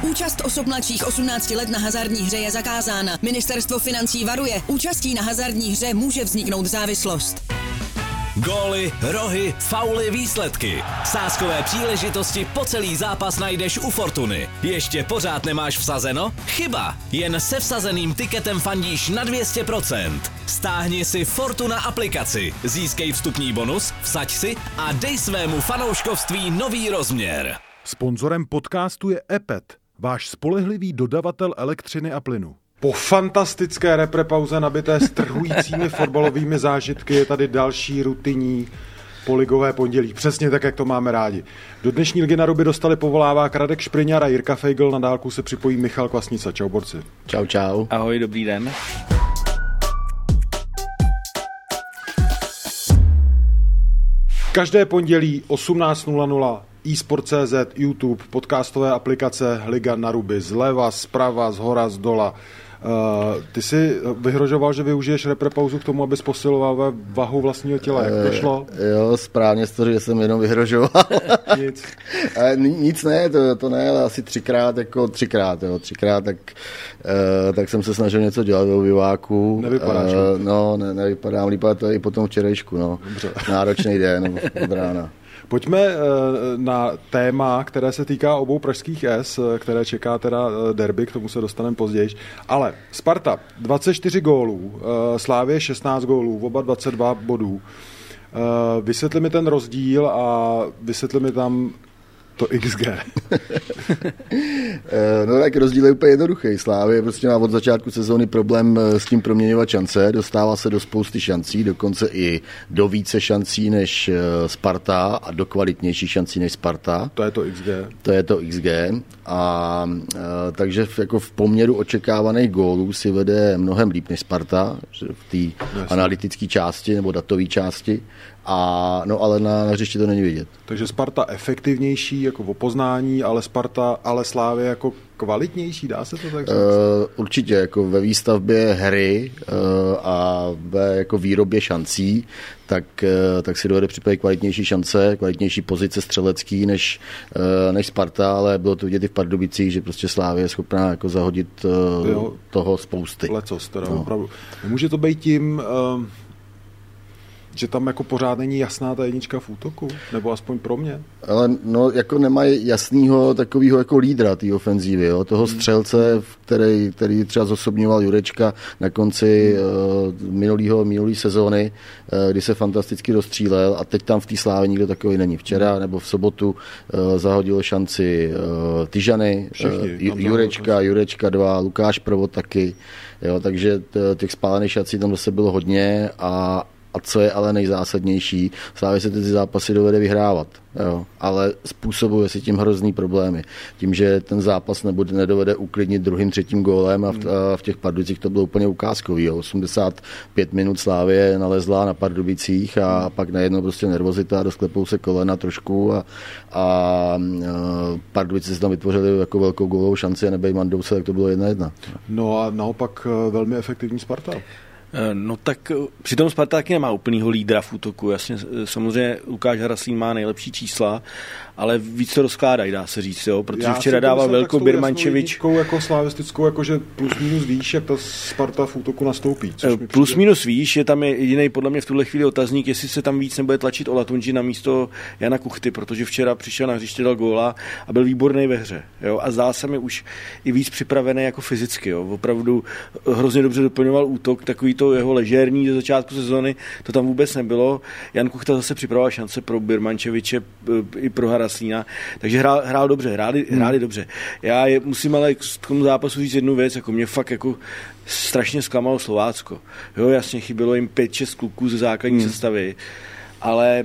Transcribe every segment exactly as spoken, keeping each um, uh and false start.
Účast osob mladších osmnácti let na hazardní hře je zakázána. Ministerstvo financí varuje, účastí na hazardní hře může vzniknout závislost. Góly, rohy, fauly, výsledky. Sázkové příležitosti po celý zápas najdeš u Fortuny. Ještě pořád nemáš vsazeno? Chyba! Jen se vsazeným tiketem fandíš na dvě stě procent. Stáhni si Fortuna aplikaci, získej vstupní bonus, vsaď si a dej svému fanouškovství nový rozměr. Sponzorem podcastu je Epet, váš spolehlivý dodavatel elektřiny a plynu. Po fantastické reprepauze nabité strhujícími fotbalovými zážitky je tady další rutinní poligové pondělí. Přesně tak, jak to máme rádi. Do dnešní Ligy na ruby dostali povolávák Radek Špriňar a Jirka Feigl. Na dálku se připojí Michal Kvasnica. Čau, borci. Čau, čau. Ahoj, dobrý den. Každé pondělí osmnáct nula nula eSport tečka cé zet, YouTube, podcastové aplikace Liga na ruby, zleva, zprava, zhora, zdola. Uh, ty jsi vyhrožoval, že využiješ reprepauzu k tomu, abys posiloval váhu vlastního těla. Jak to šlo? Jo, správně jsi to, že jsem jenom vyhrožoval. Nic. Nic ne, to, to ne, ale asi třikrát, jako třikrát, jo, třikrát, tak, uh, tak jsem se snažil něco dělat ve obyváku. Nevypadáš. Uh, no, ne, nevypadám, lípa to i po tom včerejšku, no. Dobře. Náročný den od rána. Pojďme na téma, které se týká obou pražských S, které čeká teda derby, k tomu se dostaneme později. Ale Sparta dvacet čtyři gólů, Slavie šestnáct gólů, oba dvacet dva bodů. Vysvětli mi ten rozdíl a vysvětli mi tam to X G. No tak rozdíl je úplně jednoduchý. Slavie prostě má od začátku sezóny problém s tím proměňovat šance, dostává se do spousty šancí, dokonce i do více šancí než Sparta a do kvalitnějších šancí než Sparta. To je to X G. To je to X G. A, a takže v, jako v poměru očekávaných gólů si vede mnohem líp než Sparta v té analytické části nebo datové části. A, no ale na, na hřišti to není vidět. Takže Sparta efektivnější jako v opoznání, ale Sparta, ale Slavie jako kvalitnější, dá se to tak říct? Uh, určitě, jako ve výstavbě hry uh, a ve jako výrobě šancí, tak, uh, tak si dovede připravit kvalitnější šance, kvalitnější pozice střelecký než, uh, než Sparta, ale bylo to vidět i v Pardubicích, že prostě Slavie je schopná jako zahodit uh, jo, toho spousty. Lecos, teda no. Opravdu. Může to být tím... Uh... že tam jako pořád není jasná ta jednička v útoku, nebo aspoň pro mě. Ale no, jako nemají jasného takového jako lídra té ofenzívy, jo? Toho střelce, který, který třeba zosobňoval Jurečka na konci uh, minulýho, minulý sezóny, uh, kdy se fantasticky dostřílel a teď tam v té Slávě nikdo takový není. Včera nebo v sobotu uh, zahodil šanci uh, Tyžany, uh, Jurečka, Jurečka dva, Lukáš Provod taky, jo? Takže t- těch spálených šancí tam zase bylo hodně a A co je ale nejzásadnější, Slavie se ty zápasy dovede vyhrávat, jo. Ale způsobuje si tím hrozný problémy. Tím, že ten zápas nebude, nedovede uklidnit druhým, třetím gólem a v, a v těch Pardubicích to bylo úplně ukázkový. Jo. osmdesát pět minut Slavie nalezla na Pardubicích a pak najednou prostě nervozita, dosklepou se kolena trošku a, a, a Pardubici se tam vytvořili jako velkou gólovou šanci a nebej Mandouse, tak to bylo jedna jedna. No a naopak velmi efektivní Sparta. No tak přitom Sparta taky nemá úplnýho lídra v útoku. Jasně, samozřejmě Lukáš Haraslín má nejlepší čísla, ale víc to rozkládají, dá se říct, jo, protože já včera dával Velko Birmančevič. Jako slavistickou, jakože plus minus výš, jak ta Sparta v útoku nastoupí. Plus minus výš, je tam jediný podle mě v tuhle chvíli otazník, jestli se tam víc nebude tlačit Olatunji na místo Jana Kuchty, protože včera přišel na hřiště, dal góla a byl výborný ve hře, jo, a zdál se mi už i víc připravený jako fyzicky, jo, opravdu hrozně dobře doplňoval útok, takový to jeho ležérní ze začátku sezóny, to tam vůbec nebylo. Jan Kuchta zase připravoval šance pro Birmančeviče i pro Haraslína, takže hrál, hrál dobře, hráli, hmm. hráli dobře. Já je, musím ale k tomu zápasu říct jednu věc, jako mě fakt jako strašně zklamalo Slovácko. Jo, jasně chybělo jim pět šest kluků ze základní hmm. sestavy, ale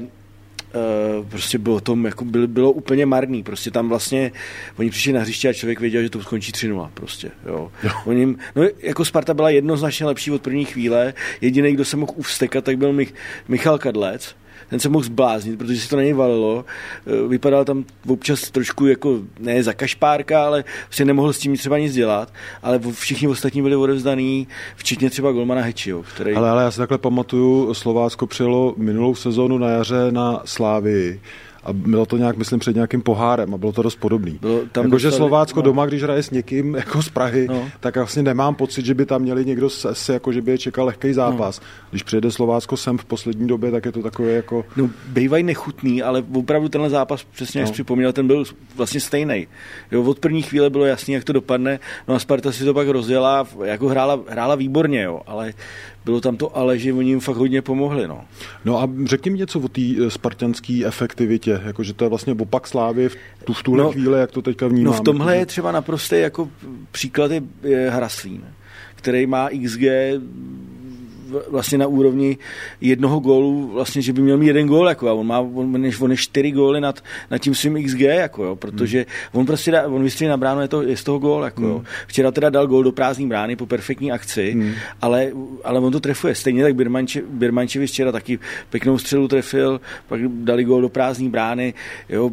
Uh, prostě bylo to jako bylo, bylo úplně marný, prostě tam vlastně oni přišli na hřiště a člověk věděl, že to skončí tři nula prostě, jo. jo. Oni, no jako Sparta byla jednoznačně lepší od první chvíle, jediný, kdo se mohl uvstekat, tak byl Mich- Michal Kadlec, ten se mohl zbláznit, protože si to na něj valilo, vypadal tam občas trošku jako, ne za kašpárka, ale prostě nemohl s tím třeba nic dělat, ale všichni ostatní byli odevzdaný, včetně třeba golmana Hečiho, který... Ale, ale já si takhle pamatuju, Slovácko přijelo minulou sezónu na jaře na Slávii a bylo to nějak, myslím, před nějakým pohárem a bylo to dost podobný. Jakože Slovácko no. doma, když hraje s někým jako z Prahy, no. tak vlastně nemám pocit, že by tam měli někdo se, jako že by je čekal lehký zápas. No. Když přijede Slovácko sem v poslední době, tak je to takové jako... No, bývají nechutný, ale opravdu tenhle zápas, přesně jak no. jsi připomněl, ten byl vlastně stejný. Jo, od první chvíle bylo jasný, jak to dopadne, no a Sparta si to pak rozjela, jako hrála, hrála výborně, jo, ale bylo tam to ale, že oni jim fakt hodně pomohli, no. No a řekni mi něco o té spartanské efektivitě, jakože to je vlastně opak Slávy v, tu, v tuhle no, chvíli, jak to teďka vnímám. No v tomhle protože... je třeba naprostý jako příklad je, je Haraslín, který má X G vlastně na úrovni jednoho gólu, vlastně, že by měl mít jeden gól, jako, a on má on, než, on je čtyři góly nad, nad tím svým X G, jako, jo, protože hmm. on prostě dá, on vystřelí na bránu, je, to, je z toho gól, jako, hmm. jo. Včera teda dal gól do prázdné brány po perfektní akci, hmm. ale, ale on to trefuje. Stejně tak Birmanče, Birmančevič včera taky pěknou střelu trefil, pak dali gól do prázdné brány, jo.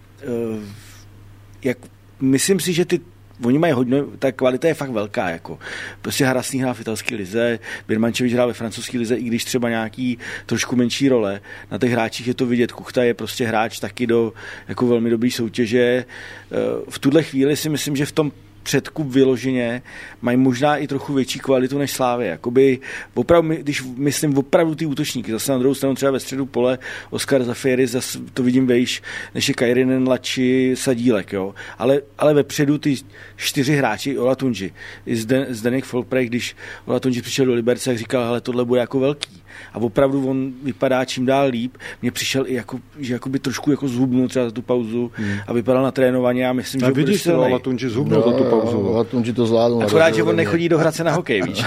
Jak, myslím si, že ty oni mají hodně, ta kvalita je fakt velká, jako. Prostě Haraslín hrál v italské lize, Birmančevič hrál ve francouzské lize, i když třeba nějaký trošku menší role. Na těch hráčích je to vidět. Kuchta je prostě hráč taky do jako velmi dobrý soutěže. V tuhle chvíli si myslím, že v tom předku vyloženě mají možná i trochu větší kvalitu než Slávy. Jakoby opravdu, když myslím opravdu ty útočníky, zase na druhou stranu třeba ve středu pole Oskar Zafieri, zase to vidím vejš, než je Kairinen, Lači, Sadílek, jo. Ale, ale vepředu ty čtyři hráči, Olatunji, i Zden, Zdeněk Folprech, když Olatunji přišel do Liberce, jak říkal, hele, tohle bude jako velký. A opravdu on vypadá čím dál líp. Mně přišel i jako, že jakoby trošku jako zhubnul třeba za tu pauzu hmm. a vypadal na trénování a myslím, a že vidíš to, Olatunji zhubnul no, za tu pauzu. Olatunji to zvládnul. Akorát, že on nechodí do Hradce na hokej, víš.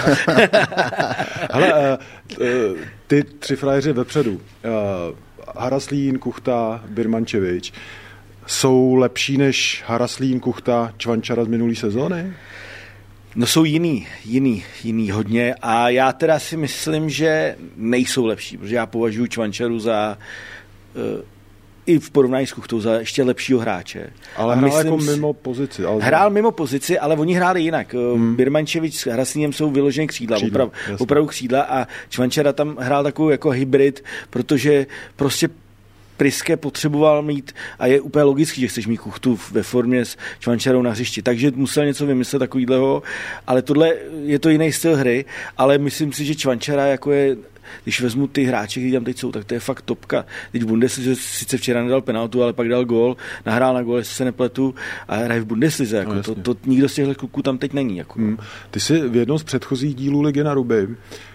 Ale uh, ty tři frajeři vepředu, uh, Haraslín, Kuchta, Birmančevič, jsou lepší než Haraslín, Kuchta, Čvančara z minulý sezóny? No jsou jiný, jiný, jiný hodně a já teda si myslím, že nejsou lepší, protože já považuji Čvančaru za uh, i v porovnání s Kuchtou za ještě lepšího hráče. Ale hrál jako mimo pozici. Ale... Hrál mimo pozici, ale oni hráli jinak. Hmm. Birmančevič s Haraslínem jsou vyloženě křídla, křídla oprav, opravdu křídla a Čvančara tam hrál takovou jako hybrid, protože prostě Priske potřeboval mít, a je úplně logický, že chceš mít Kuchtu ve formě s Čvančarou na hřišti, takže musel něco vymyslet takovýhleho, ale tohle je to jiný styl hry, ale myslím si, že Čvančara jako je, když vezmu ty hráče, kteří tam teď jsou, tak to je fakt topka. Teď v Bundeslize sice včera nedal penaltu, ale pak dal gól, nahrál na gól, jestli se nepletu, a hraje v Bundeslize. Jako. No, to, to nikdo z těchto kluků tam teď není. Jako. Hmm. Ty jsi v jednom z předchozích dílů Ligy na ruby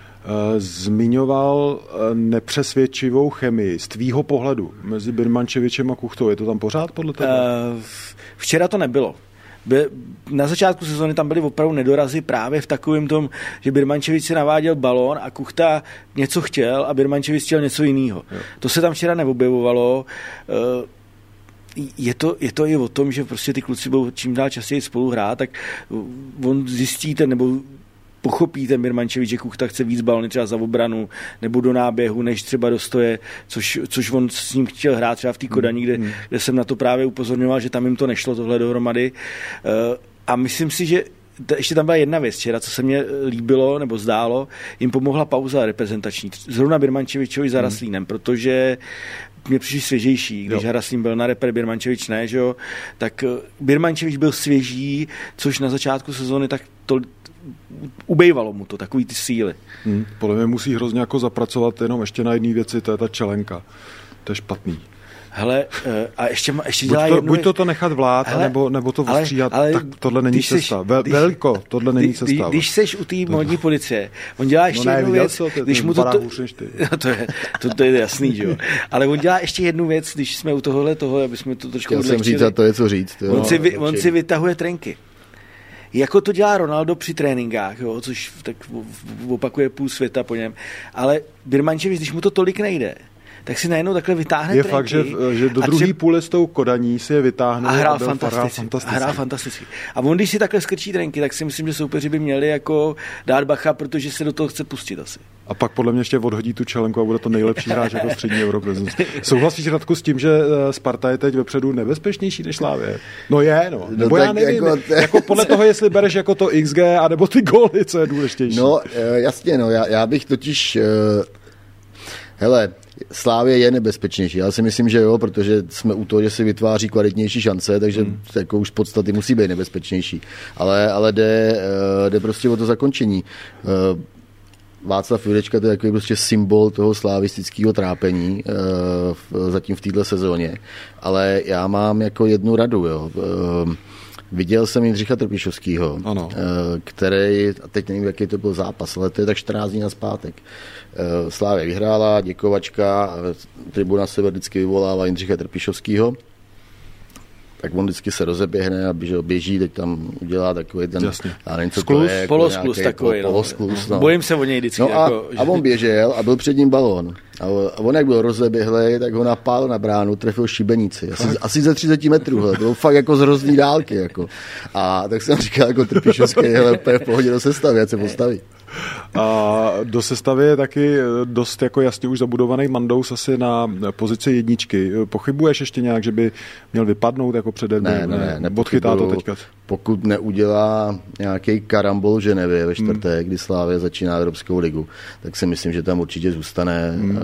zmiňoval nepřesvědčivou chemii z tvýho pohledu mezi Birmančevičem a Kuchtou. Je to tam pořád podle tebe? Uh, včera to nebylo. By, na začátku sezóny tam byly opravdu nedorazy právě v takovém tom, že Birmančevič si naváděl balón a Kuchta něco chtěl a Birmančevič chtěl něco jiného. To se tam včera neobjevovalo. Uh, Je to, je to i o tom, že prostě ty kluci budou čím dál častěji spolu hrát, tak on zjistíte, nebo pochopí ten Birmančevič, že Kuchta chce víc balony třeba za obranu nebo do náběhu, než třeba do stoje, což, což on s ním chtěl hrát třeba v té Kodani, kde, kde jsem na to právě upozorňoval, že tam jim to nešlo tohle dohromady. A myslím si, že ještě tam byla jedna věc včera, co se mně líbilo nebo zdálo, jim pomohla pauza reprezentační. Zrovna Birmančevičovi za Haraslínem, protože mě přišli svěžejší, když Haraslín byl na repre, Birmančevič ne, že jo, tak Birmančevič byl svěží, což na začátku sezóny tak to ubejvalo mu to, takový ty síly. Hmm, podle mě musí hrozně jako zapracovat jenom ještě na jedné věci, to je ta čelenka. To je špatný. Hele, a ještě, ještě dělá buď to, jednu... Buď to to nechat vlád, hele, nebo, nebo to ostříhat, ale, tak tohle není cesta. Vel, když, velko, tohle není cesta. Když, když seš u té modní policie, on dělá ještě no ne, jednu věc, to, ty, když mu to... to, no, to, je, to, to je jasný, že jo. Ale on dělá ještě jednu věc, když jsme u tohohle toho, aby jsme to trošku odlehčili. Chtěl jsem říct, a to je co říct. Jo. On, si, vy, on si vytahuje trenky. Jako to dělá Ronaldo při tréninkách, jo, což tak opakuje půl světa po něm. Ale Birmančevič, když mu to tolik nejde, tak si najednou takhle vytáhne je trenky. Je fakt, že, že do druhé tře... půle s tou Kodaní si je vytáhne. A hrál, a fantasticky, fantasticky. A hrál fantasticky. A on, když si takhle skrčí trenky, tak si myslím, že soupeři by měli jako dát bacha, protože se do toho chce pustit asi. A pak podle mě ještě odhodí tu čelenku a bude to nejlepší hráč jako střední Europrezence. Souhlasíš, Radku, s tím, že Sparta je teď vepředu nebezpečnější než Slavie? No je, no. no Nebo já nevím, jako, t... jako podle toho, jestli bereš jako to X G, anebo ty góly, co je důležitější. No jasně, no, já, já bych totiž... Uh... Hele, Slávě je nebezpečnější. Já si myslím, že jo, protože jsme u toho, že si vytváří kvalitnější šance, takže hmm. jako už podstaty musí být nebezpečnější. Ale, ale jde, jde prostě o to zakončení. Václav Jurečka to je takový prostě symbol toho slavistického trápení zatím v této sezóně. Ale já mám jako jednu radu, jo. Viděl jsem Jindřicha Trpišovského, který, a teď nevím, jaký to byl zápas, ale to je tak čtrnáct dní nazpátek. Slávě vyhrála, děkovačka, tribuna se vždycky vyvolává Jindřicha Trpišovského, tak on vždycky se rozeběhne a běží, teď tam udělá takový ten, já nevím, co sklus, to je, jako polosklus takový, polosklus, no. Bojím se o něj vždycky. No jako, a, a on běžel a byl před ním balón. A on, jak byl rozeběhlej, tak ho napál na bránu, trefil šibenici. Asi, asi ze třicet metrů, hele, bylo fakt jako z hrozný dálky. Jako. A tak jsem říkal jako Trpišovský, hele, v pohodě do sestavy, ať se postaví. A do sestavy je taky dost jako jasně už zabudovaný Mandous asi na pozici jedničky. Pochybuješ ještě nějak, že by měl vypadnout jako před derbym? Ne, ne, ne. Odchytá to teďka. Pokud neudělá nějaký karambol v Ženevě ve čtvrtek, hmm. kdy Slavia začíná Evropskou ligu, tak si myslím, že tam určitě zůstane. Hmm.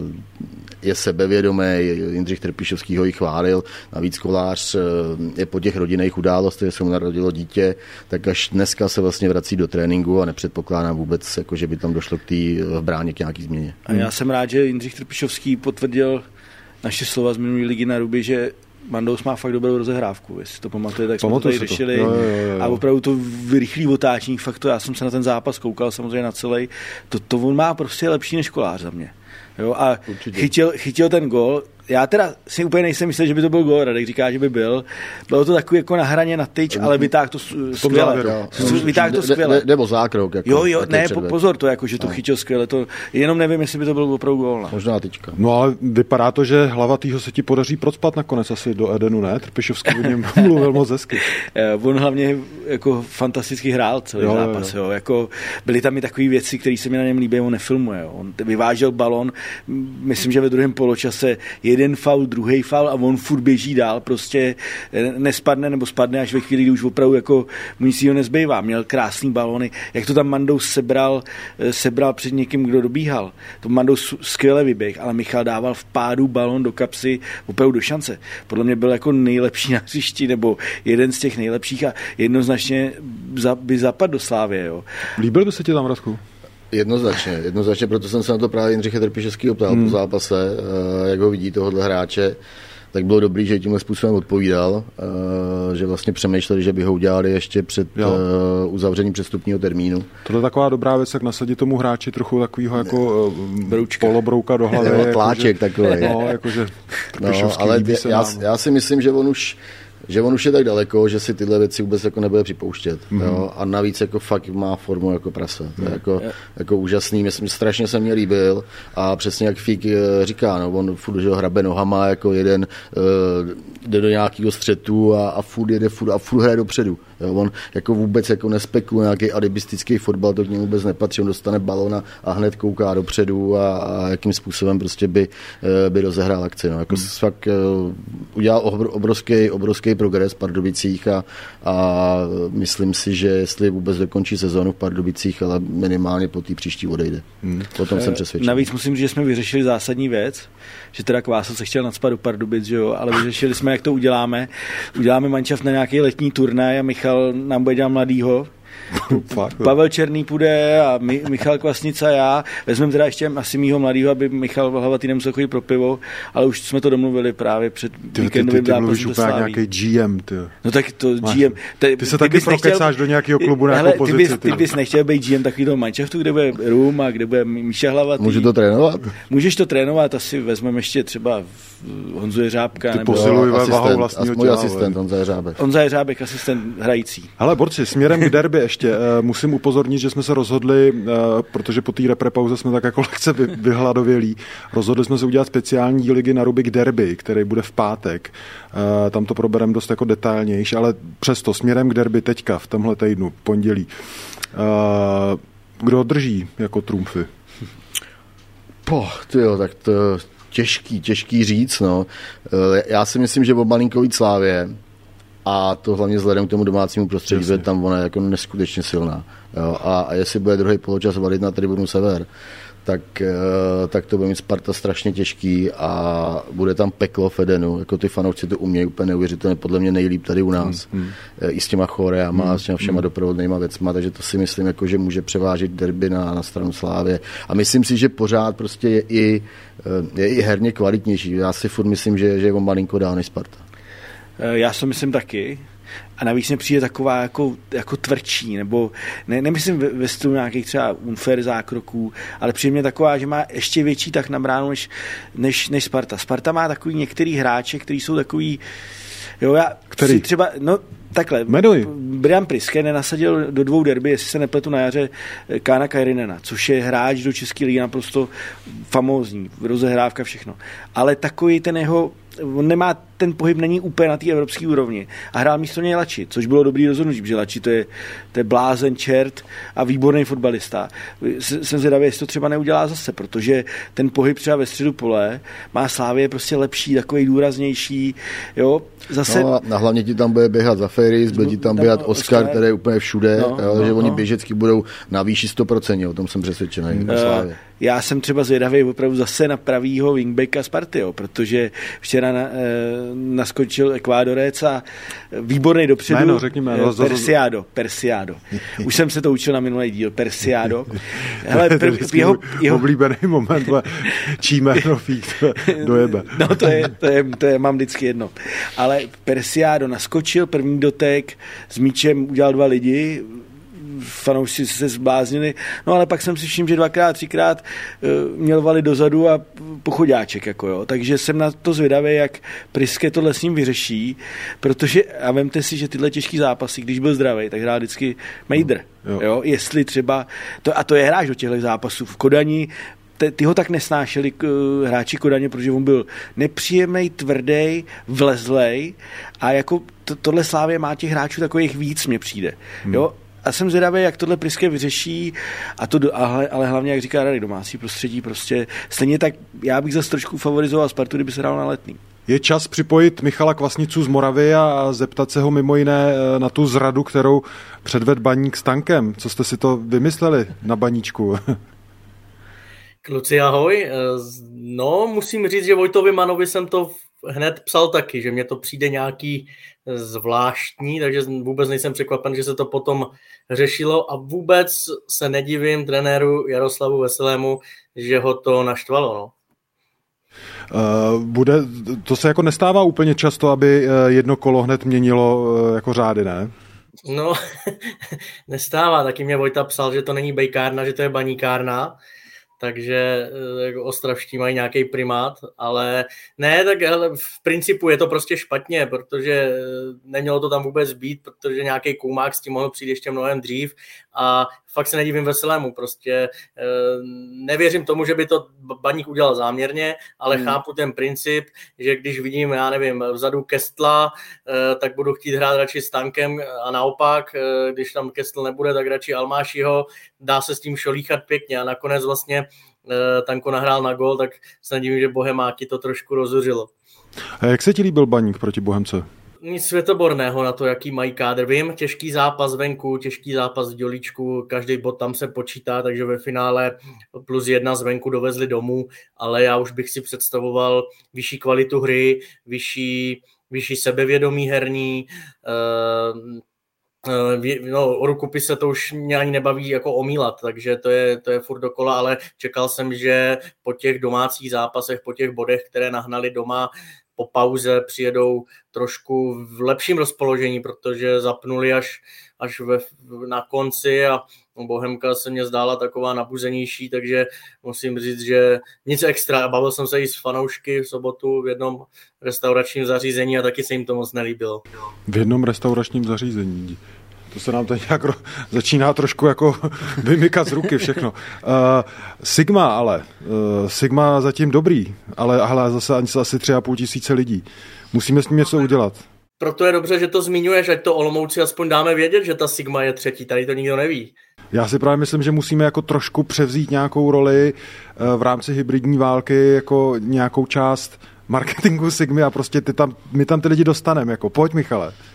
Je sebevědomý, Jindřich Trpišovský ho i chválil, navíc Kolář je po těch rodinných událostech, že se mu narodilo dítě, tak až dneska se vlastně vrací do tréninku a nepředpokládám vůbec, jako, že by tam došlo k té bráně k nějaký změně. A já jsem rád, že Jindřich Trpišovský potvrdil naše slova z minulé ligy na Ruby, že Mandous má fakt dobrou rozehrávku, jestli to pamatuje, tak jsme to tady řešili. Jo, jo, jo. A opravdu to rychlý otáčení, fakt to, já jsem se na ten zápas koukal samozřejmě na celý, to, to on má prostě lepší než Kolář za mě. Jo, a chytil, chytil ten gól. Já teda si úplně nejsem myslel, že by to byl gól, Radek říká, že by byl. Bylo to takový jako na hraně na tyč, ale vytáhl to skvěle. Vytáhl to skvěle. Nebo zákrok. Jako, jo, jo, ne, pozor, to jako, že to no. chytil skvěle. To, jenom nevím, jestli by to byl opravdu gól. Ne? Možná tyčka. No ale vypadá to, že Hlavatýho se ti podaří procpat nakonec asi do Edenu, ne? Trpišovský o něm mluvil moc hezky. On hlavně jako fantasticky hrál celý jo, zápas. Jo. Jo. Jako, byly tam i takové věci, které se mi na něm líbí, on nefilmuje. Jo. On vyvážel balon, myslím, že ve druhém poločase jeden faul, druhý faul a on furt běží dál, prostě nespadne nebo spadne až ve chvíli, kdy už opravdu jako mu nic jiného nezbývá. Měl krásný balony, jak to tam Mandous sebral, sebral před někým, kdo dobíhal. To Mandous skvěle vyběh, ale Michal dával v pádu balon do kapsy opravdu do šance. Podle mě byl jako nejlepší na hřišti, nebo jeden z těch nejlepších a jednoznačně by zapadl do Slávie. Jo. Líbil by se ti tam, Radku? Jednoznačně, jednoznačně, proto jsem se na to právě Jindřicha Trpišovského ptal hmm. po zápase, jak ho vidí tohohle hráče, tak bylo dobrý, že tímhle způsobem odpovídal, že vlastně přemýšleli, že by ho udělali ještě před jo. uzavřením přestupního termínu. To je taková dobrá věc, jak nasadit tomu hráči trochu takového jako Broučka. polobrouka do hlavy. Jo, tláček jako, takový. No, jakože no, ale já, já si myslím, že on už že on už je tak daleko, že si tyhle věci vůbec jako nebude připouštět. Mm. Jo? A navíc jako fakt má formu jako prase. To je jako, jako úžasný. Myslím, strašně se mě líbil a přesně jak Fík říká, no, on furt, že ho hrabe nohama jako jeden, uh, jde do nějakého střetu a, a furt jede furt, a furt hraje dopředu. Jo? On jako vůbec jako nespekuluje nějaký alibistický fotbal, to k němu vůbec nepatří. On dostane balona a hned kouká dopředu a, a jakým způsobem prostě by, uh, by rozehrál akci. No? Jako mm. fakt uh, udělal obrovský, obrovský progres v Pardubicích a, a myslím si, že jestli vůbec dokončí sezónu v Pardubicích, ale minimálně po té příští odejde. Hmm. O tom jsem přesvědčen. Navíc musím říct, že jsme vyřešili zásadní věc, že teda Kvásel se chtěl nacpat do Pardubic, že jo, ale vyřešili jsme, jak to uděláme. Uděláme manšaft na nějaký letní turnaj a Michal nám bude dělat mladýho. Pavel Černý půjde a Mi, Michal Kvasnica a já. Vezmeme teda ještě asi mýho mladýho, aby Michal Hlavatý nemusel chodit pro pivo, ale už jsme to domluvili právě před víkendovým zápasem. Ty, ty, ty mluvíš úplně nějaký G M, ty. No tak to Máš, G M. Ty, ty se ty taky prokecáš nechtěl, do nějakého klubu na nějakou pozici. Ty bys, ty bys nechtěl být G M takovýho manšaftu, kde bude Rum a kde bude Míša Hlavatý. Můžu to trénovat? Můžeš to trénovat, asi vezmeme ještě třeba Honzu Jeřábka. Ty posiluj vahou vlastního těla. Můj asistent, Honza Jeřábek. Honza Jeřábek, asistent hrající. Hele, borci, směrem k derby ještě musím upozornit, že jsme se rozhodli, protože po té reprepauze jsme tak jako lehce vyhladovělí, rozhodli jsme se udělat speciální ligy na Rubik derby, který bude v pátek. Tam to probereme dost jako detailnější, ale přesto směrem k derby teďka v tomhle týdnu, pondělí. Kdo drží jako trumfy? Poh, tyjo, tak to těžký, těžký říct, no. Já si myslím, že o malinko víc Slávě, a to hlavně vzhledem k tomu domácímu prostředí, že tam ona je jako neskutečně silná. Jo? A, a jestli bude druhý poločas valit na tribunu Sever, tak, tak to bude mít Sparta strašně těžký a bude tam peklo v Edenu. Jako ty fanoušci to umějí úplně neuvěřitelně, podle mě nejlíp tady u nás. Hmm, hmm. I s těma choreama, hmm, s těma všema hmm. doprovodnýma věcma, takže to si myslím, jako, že může převážit derby na, na stranu Slávě. A myslím si, že pořád prostě je i, je i herně kvalitnější. Já si furt myslím, že, že je o malinko dál než Sparta. Já si myslím taky. A navíc mi přijde taková jako, jako tvrdší, nebo ne, nemyslím ve, ve stylu nějakých třeba unfair zákroků, ale přijde mě taková, že má ještě větší tak na bránu než, než, než Sparta. Sparta má takový některý hráče, kteří jsou takový, jo, já který? si třeba, no takhle, Jmenuj. Brian Priske nenasadil do dvou derby, jestli se nepletu na jaře, Kána Kairinena, což je hráč do české ligy naprosto famózní, rozehrávka, všechno. Ale takový ten jeho, on nemá, ten pohyb není úplně na té evropské úrovni. A hrál místo něj Lači, což bylo dobrý rozhodnutí, protože Lači to je, to je blázen, čert a výborný fotbalista. Jsem zvědavý, jestli to třeba neudělá zase, protože ten pohyb třeba ve středu pole má Slávě prostě lepší, takový důraznější. Jo? Zase... No a hlavně ti tam bude běhat za Ferris, bude ti tam běhat Oskar, který je úplně všude, no, jo, no, že no. Oni běžecky budou na výši sto procent, o tom jsem přesvědčený. Uh, já jsem třeba zvědavý opravdu zase na pravýho wingbacka Sparty, jo, protože včera na, naskočil Ekvádorec a výborný dopředu. Jméno, řekni jméno. Persiado, Persiado. Už jsem se to učil na minulý díl, Persiado. Hele, pr- jeho, jeho... oblíbený moment, čí jméno dojebe. No to je, to je, to je, mám vždycky jedno. Ale Persiado naskočil, první dotek, s míčem udělal dva lidi, fanoušci se zbláznili, no ale pak jsem si všiml, že dvakrát, třikrát uh, měl valy dozadu a pochodáček, jako jo, takže jsem na to zvědavý, jak Priske tohle s ním vyřeší, protože, a vemte si, že tyhle těžký zápasy, když byl zdravý, tak hrál vždycky Mejdr, jo. jo, jestli třeba, to, a to je hráč do těchto zápasů, v Kodani Ty, ty ho tak nesnášeli uh, hráči Kodaně, protože on byl nepříjemnej, tvrdý, vlezlej a jako to, tohle Slávě má těch hráčů takových víc, mně přijde. Hmm. Jo? A jsem zvědavý, jak tohle Priske vyřeší, a to, ale, ale hlavně, jak říká Rady, domácí prostředí, prostě stejně tak, já bych zase trošku favorizoval Spartu, kdyby se hrál na Letný. Je čas připojit Michala Kvasnicu z Moravy a zeptat se ho mimo jiné na tu zradu, kterou předved Baník s Tankem. Co jste si to vymysleli na Baníčku? Kluci, ahoj. No, musím říct, že Vojtovi Manovi jsem to hned psal taky, že mě to přijde nějaký zvláštní, takže vůbec nejsem překvapen, že se to potom řešilo a vůbec se nedivím trenéru Jaroslavu Veselému, že ho to naštvalo, no. Uh, bude, to se jako nestává úplně často, aby jedno kolo hned měnilo uh, jako řády, ne? No, nestává, taky mě Vojta psal, že to není bejkárna, že to je baníkárna, takže jako ostravští mají nějaký primát, ale ne, tak hele, v principu je to prostě špatně, protože nemělo to tam vůbec být, protože nějaký Koumák s tím mohl přijít ještě mnohem dřív a fakt se nedivím Veselému, prostě nevěřím tomu, že by to Baník udělal záměrně, ale hmm. chápu ten princip, že když vidím, já nevím, vzadu Kestla, tak budu chtít hrát radši s Tankem a naopak, když tam Kestl nebude, tak radši Almášiho, dá se s tím šolíchat pěkně a nakonec vlastně Tanko nahrál na gól, tak se nedivím, že Bohemáky to trošku rozuřilo. A jak se ti líbil Baník proti Bohemce? Nic světoborného na to, jaký mají kádr. Vím, těžký zápas venku, těžký zápas v Dělíčku, každý bod tam se počítá, takže ve finále plus jedna zvenku dovezli domů, ale já už bych si představoval vyšší kvalitu hry, vyšší, vyšší sebevědomí herní, no, o rukopise to už mě ani nebaví jako omílat, takže to je, to je furt dokola, ale čekal jsem, že po těch domácích zápasech, po těch bodech, které nahnali doma, po pauze přijedou trošku v lepším rozpoložení, protože zapnuli až, až ve, na konci a Bohemka se mně zdála taková nabuzenější, takže musím říct, že nic extra. Bavil jsem se i s fanoušky v sobotu v jednom restauračním zařízení a taky se jim to moc nelíbilo. V jednom restauračním zařízení? To se nám to nějak ro... začíná trošku jako vymykat z ruky všechno. Uh, Sigma ale, uh, Sigma zatím dobrý, ale, ale zase ani asi tři a půl tisíce lidí. Musíme s ním něco udělat. Proto je dobře, že to zmiňuješ, ať to Olomouci aspoň dáme vědět, že ta Sigma je třetí, tady to nikdo neví. Já si právě myslím, že musíme jako trošku převzít nějakou roli uh, v rámci hybridní války, jako nějakou část marketingu Sigmy a prostě ty tam, my tam ty lidi dostaneme. Jako. Pojď, Michale.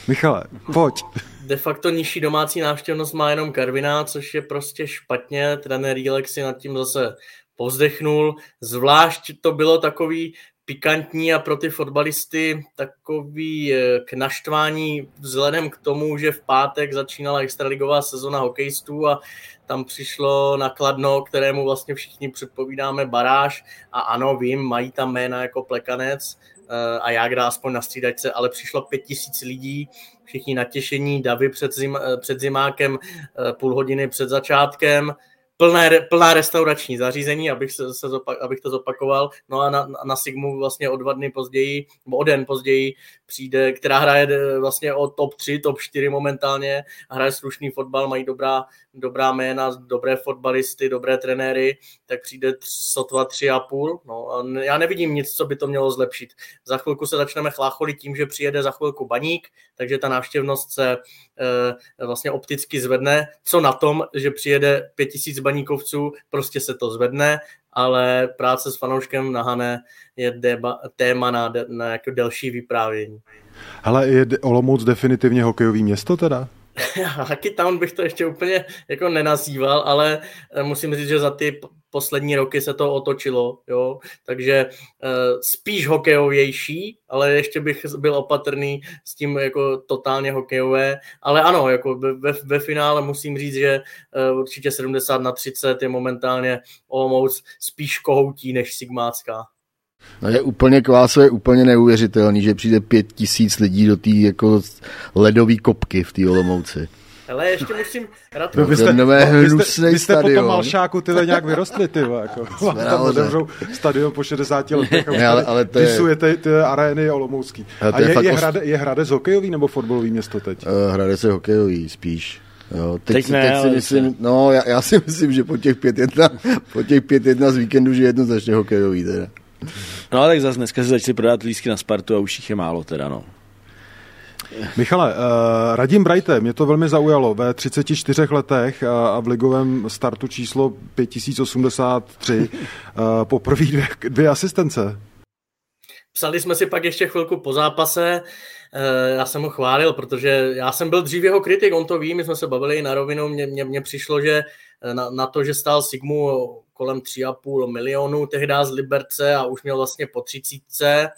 Michale, pojď. De facto nižší domácí návštěvnost má jenom Karviná, což je prostě špatně. Trenér Jílek si nad tím zase povzdechnul. Zvlášť to bylo takový pikantní a pro ty fotbalisty takový k naštvání vzhledem k tomu, že v pátek začínala extraligová sezona hokejistů a tam přišlo na Kladno, kterému vlastně všichni předpovídáme baráž a ano, vím, mají tam jména jako Plekanec a Jágra aspoň na střídačce, ale přišlo pět tisíc lidí, všichni natěšení, davy před, zim, před zimákem, půl hodiny před začátkem, Plné, plná restaurační zařízení, abych, se, se zopak, abych to zopakoval. No a na, na Sigmu vlastně o dva dny později, nebo o den později přijde, která hraje vlastně o top tři, top čtyři momentálně, hraje slušný fotbal, mají dobrá, dobrá jména, dobré fotbalisty, dobré trenéry, tak přijde sotva tři a půl. No a já nevidím nic, co by to mělo zlepšit. Za chvilku se začneme chlácholit tím, že přijede za chvilku Baník, takže ta návštěvnost se e, vlastně opticky zvedne. Co na tom, že přijede pět tisíc baníkovců, prostě se to zvedne, ale práce s fanouškem na Hané je deba, téma na, na jako delší vyprávění. Hele, je Olomouc definitivně hokejový město teda? Hockey Town bych to ještě úplně jako nenazýval, ale musím říct, že za ty poslední roky se to otočilo, jo, takže uh, spíš hokejovější, ale ještě bych byl opatrný s tím jako totálně hokejové, ale ano, jako ve, ve finále musím říct, že uh, určitě sedmdesát na třicet je momentálně Olomouc spíš kohoutí než sigmácká. No je úplně kvásové, je úplně neuvěřitelný, že přijde pět tisíc lidí do té jako ledové kopky v té Olomouci. Ale ještě musím... No, vy jste, no, vy jste, vy jste po tom Malšáku tyhle nějak vyrostli, ty jako. Vám tam otevřou stadion po šedesáti letech a už ale, ale vysujete ty arény olomoucký. A je, je, je, Hrade, je Hradec hokejový nebo fotbalový město teď? Uh, Hradec je hokejový spíš. Jo, teď, teď, ne, teď si myslím, no já, já si myslím, že po těch pět jedna, po těch pět jedna z víkendu, že jednoznačně hokejový teda. No tak zase dneska si začali prodat lístky na Spartu a už jich je málo teda, no. Michale, uh, Radim Brajte, mě to velmi zaujalo. Ve třiceti čtyřech letech a, a v ligovém startu číslo pět tisíc osmdesát tři uh, poprvé dvě, dvě asistence. Psali jsme si pak ještě chvilku po zápase, já jsem ho chválil, protože já jsem byl dřív jeho kritik, on to ví, my jsme se bavili na rovinu, mně, mně, mně přišlo, že na, na to, že stál Sigmu kolem tři a půl milionu tehdy z Liberce a už měl vlastně po třicítce,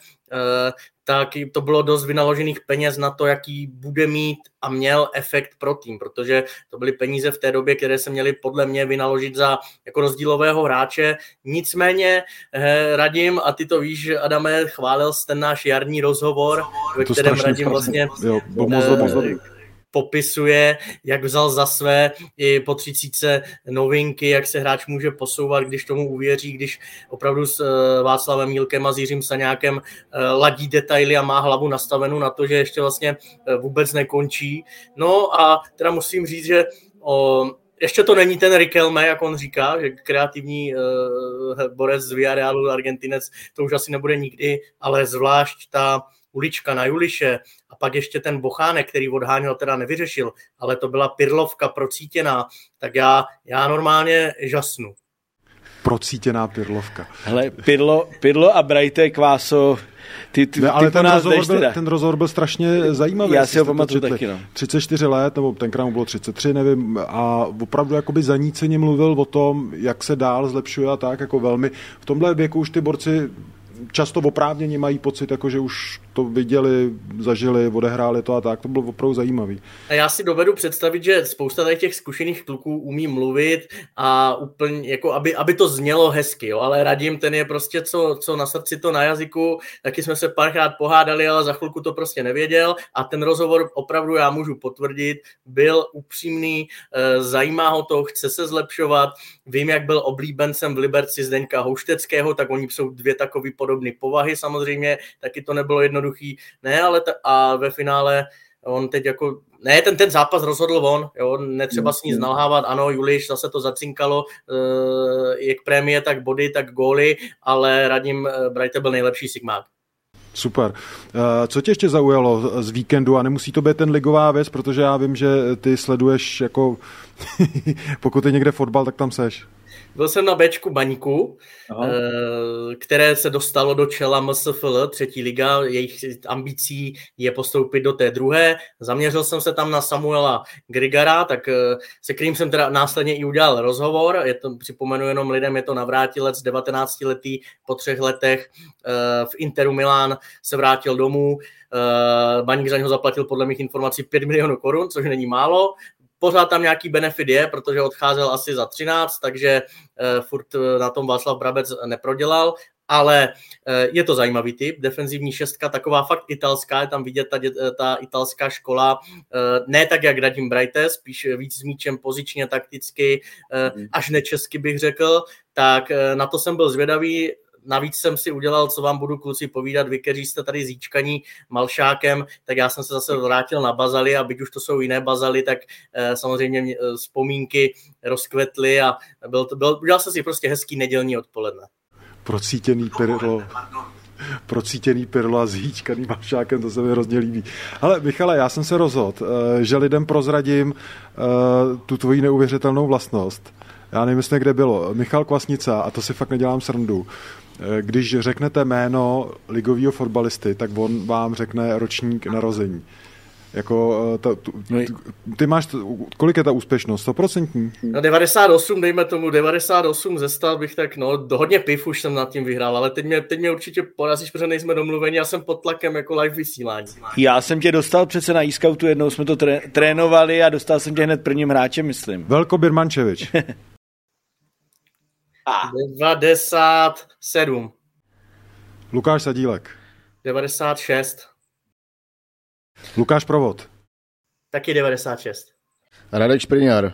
tak to bylo dost vynaložených peněz na to, jaký bude mít a měl efekt pro tým, protože to byly peníze v té době, které se měly podle mě vynaložit za jako rozdílového hráče. Nicméně eh, Radim, a ty to víš, Adame, chválil ten náš jarní rozhovor, ve to kterém Radim vlastně jo, eh, popisuje, jak vzal za své i po třicítce novinky, jak se hráč může posouvat, když tomu uvěří, když opravdu s Václavem Jílkem a s Jiřím Saňákem ladí detaily a má hlavu nastavenou na to, že ještě vlastně vůbec nekončí. No a teda musím říct, že o, ještě to není ten Riquelme, jak on říká, že kreativní uh, borec z Villarealu, Argentinec, to už asi nebude nikdy, ale zvlášť ta ulička na Juliše a pak ještě ten Bochánek, který odháněl, teda nevyřešil, ale to byla pirlovka procítěná, tak já, já normálně žasnu. Procítěná pirlovka. Hele, Pirlo, Pirlo a Brajte, Kváso, ty, ty, ne, ale ty ten, nás rozhovor byl, teda. ten rozhovor byl strašně zajímavý. Já si ho pamatuju taky, no. třicet čtyři let, nebo tenkrát mu bylo třicet tři, nevím, a opravdu jakoby zaníceně mluvil o tom, jak se dál zlepšuje a tak, jako velmi. V tomhle věku už ty borci často oprávněně mají pocit, jako že už to viděli, zažili, odehráli to a tak. To bylo opravdu zajímavý. A já si dovedu představit, že spousta tady těch zkušených kluků umí mluvit a úplně, jako aby, aby to znělo hezky, jo? Ale Radim, ten je prostě co, co na srdci, to na jazyku. Taky jsme se párkrát pohádali, ale za chvilku to prostě nevěděl a ten rozhovor opravdu já můžu potvrdit, byl upřímný, zajímá ho to, chce se zlepšovat. Vím, jak byl oblíbencem v Liberci Zdeňka Houšteckého, tak oni jsou dvě takový podobné povahy samozřejmě, taky to nebylo jednoduchý, ne, ale ta, a ve finále on teď jako, ne, ten, ten zápas rozhodl on, jo, netřeba s ní nalhávat, ano, Juliš, zase to zacinkalo, e, jak prémie, tak body, tak góly, ale Radim Brajte byl nejlepší sigmák. Super. Co tě ještě zaujalo z víkendu a nemusí to být ten ligová věc, protože já vím, že ty sleduješ jako pokud je někde fotbal, tak tam seš. byl jsem na Bčku Baníku, Aha. které se dostalo do čela M S F L, třetí liga, jejich ambicí je postoupit do té druhé. Zaměřil jsem se tam na Samuela Grigara, tak se kterým jsem teda následně i udělal rozhovor. Je to, připomenu jenom lidem, je to navrátilec, devatenáctiletý, po třech letech v Interu Milán se vrátil domů. Baník za něho zaplatil podle mých informací pět milionů korun, což není málo. Pořád tam nějaký benefit je, protože odcházel asi za třináct, takže uh, furt na tom Václav Brabec neprodělal, ale uh, je to zajímavý typ. Defenzivní šestka, taková fakt italská, je tam vidět ta, ta italská škola, uh, ne tak jak Radim Brajte, spíš víc s míčem pozičně, takticky, uh, až nečesky bych řekl, tak uh, na to jsem byl zvědavý. Navíc jsem si udělal, co vám budu kluci povídat, vy, kteří jste tady zíčkaní Malšákem, tak já jsem se zase vrátil na Bazaly a byť už to jsou jiné Bazaly, tak eh, samozřejmě mě, eh, vzpomínky rozkvetly a byl to, byl, udělal jsem si prostě hezký nedělní odpoledne. Procítěný Pirlo, procítěný Pirlo a zhýčkaný Malšákem, to se mi hrozně líbí. Ale Michale, já jsem se rozhodl, eh, že lidem prozradím eh, tu tvoji neuvěřitelnou vlastnost. Já nevím, jestli kde bylo. Michal Kvasnica, a to si fakt nedělám srandu. Když řeknete jméno ligového fotbalisty, tak on vám řekne ročník narození. Jako, ta, tu, ty máš, kolik je ta úspěšnost? sto procent? No devadesát osm, dejme tomu, devadesát osm ze sta bych tak, no, hodně piv už jsem nad tím vyhrál, ale teď mě, teď mě určitě porazíš, protože nejsme domluveni, já jsem pod tlakem jako live vysílání. Já jsem tě dostal přece na e-scoutu, jednou jsme to tré, trénovali a dostal jsem tě hned prvním hráčem, myslím. Velko Birmančevič. devadesát sedm. Lukáš Sadílek. devadesát šest. Lukáš Provod. Taky devadesát šest. Radek Špriňár.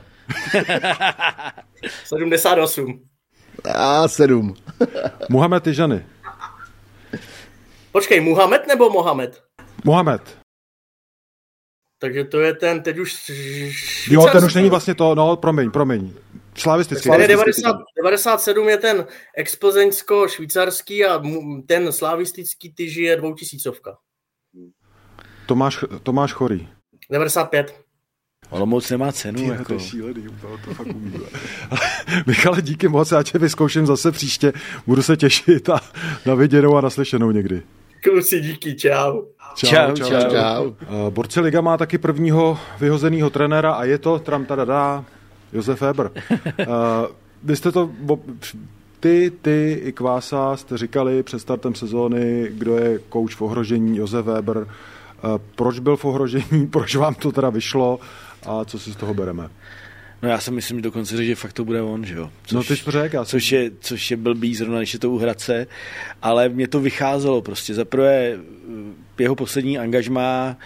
sedmdesát osm. A sedm. Muhamed Tijani. Počkej, Muhamed nebo Mohamed? Mohamed. Takže to je ten, teď už... Jo, ten už není vlastně to, no, promiň, promiň. Slavistický. devadesát, devadesát sedm je ten explzeňsko-švýcarský a ten slavistický tyži je dvoutisícovka. Tomáš, Tomáš Chorý. devadesát pět. Olomouc nemá cenu. Tyhle, jako. to je šílený, to fakt umí. Michale, díky moc, já tě vyzkouším zase příště. Budu se těšit a na viděnou a naslyšenou někdy. Kluci, díky, čau. Čau, čau. čau. Čau. Borci Liga má taky prvního vyhozenýho trenéra a je to tram tadadá, Josef Weber. uh, vy jste to, ty, ty i Kvása jste říkali před startem sezóny, kdo je kouč v ohrožení, Josef Weber. Uh, proč byl v ohrožení, proč vám to teda vyšlo a co si z toho bereme? No já si myslím, že dokonce říct, že fakt to bude on, že jo. Což, no ty jsi to řekl. Já což, je, což je blbý zrovna, když je to u Hradce, ale mě to vycházelo prostě. Zaprvé jeho poslední angažmá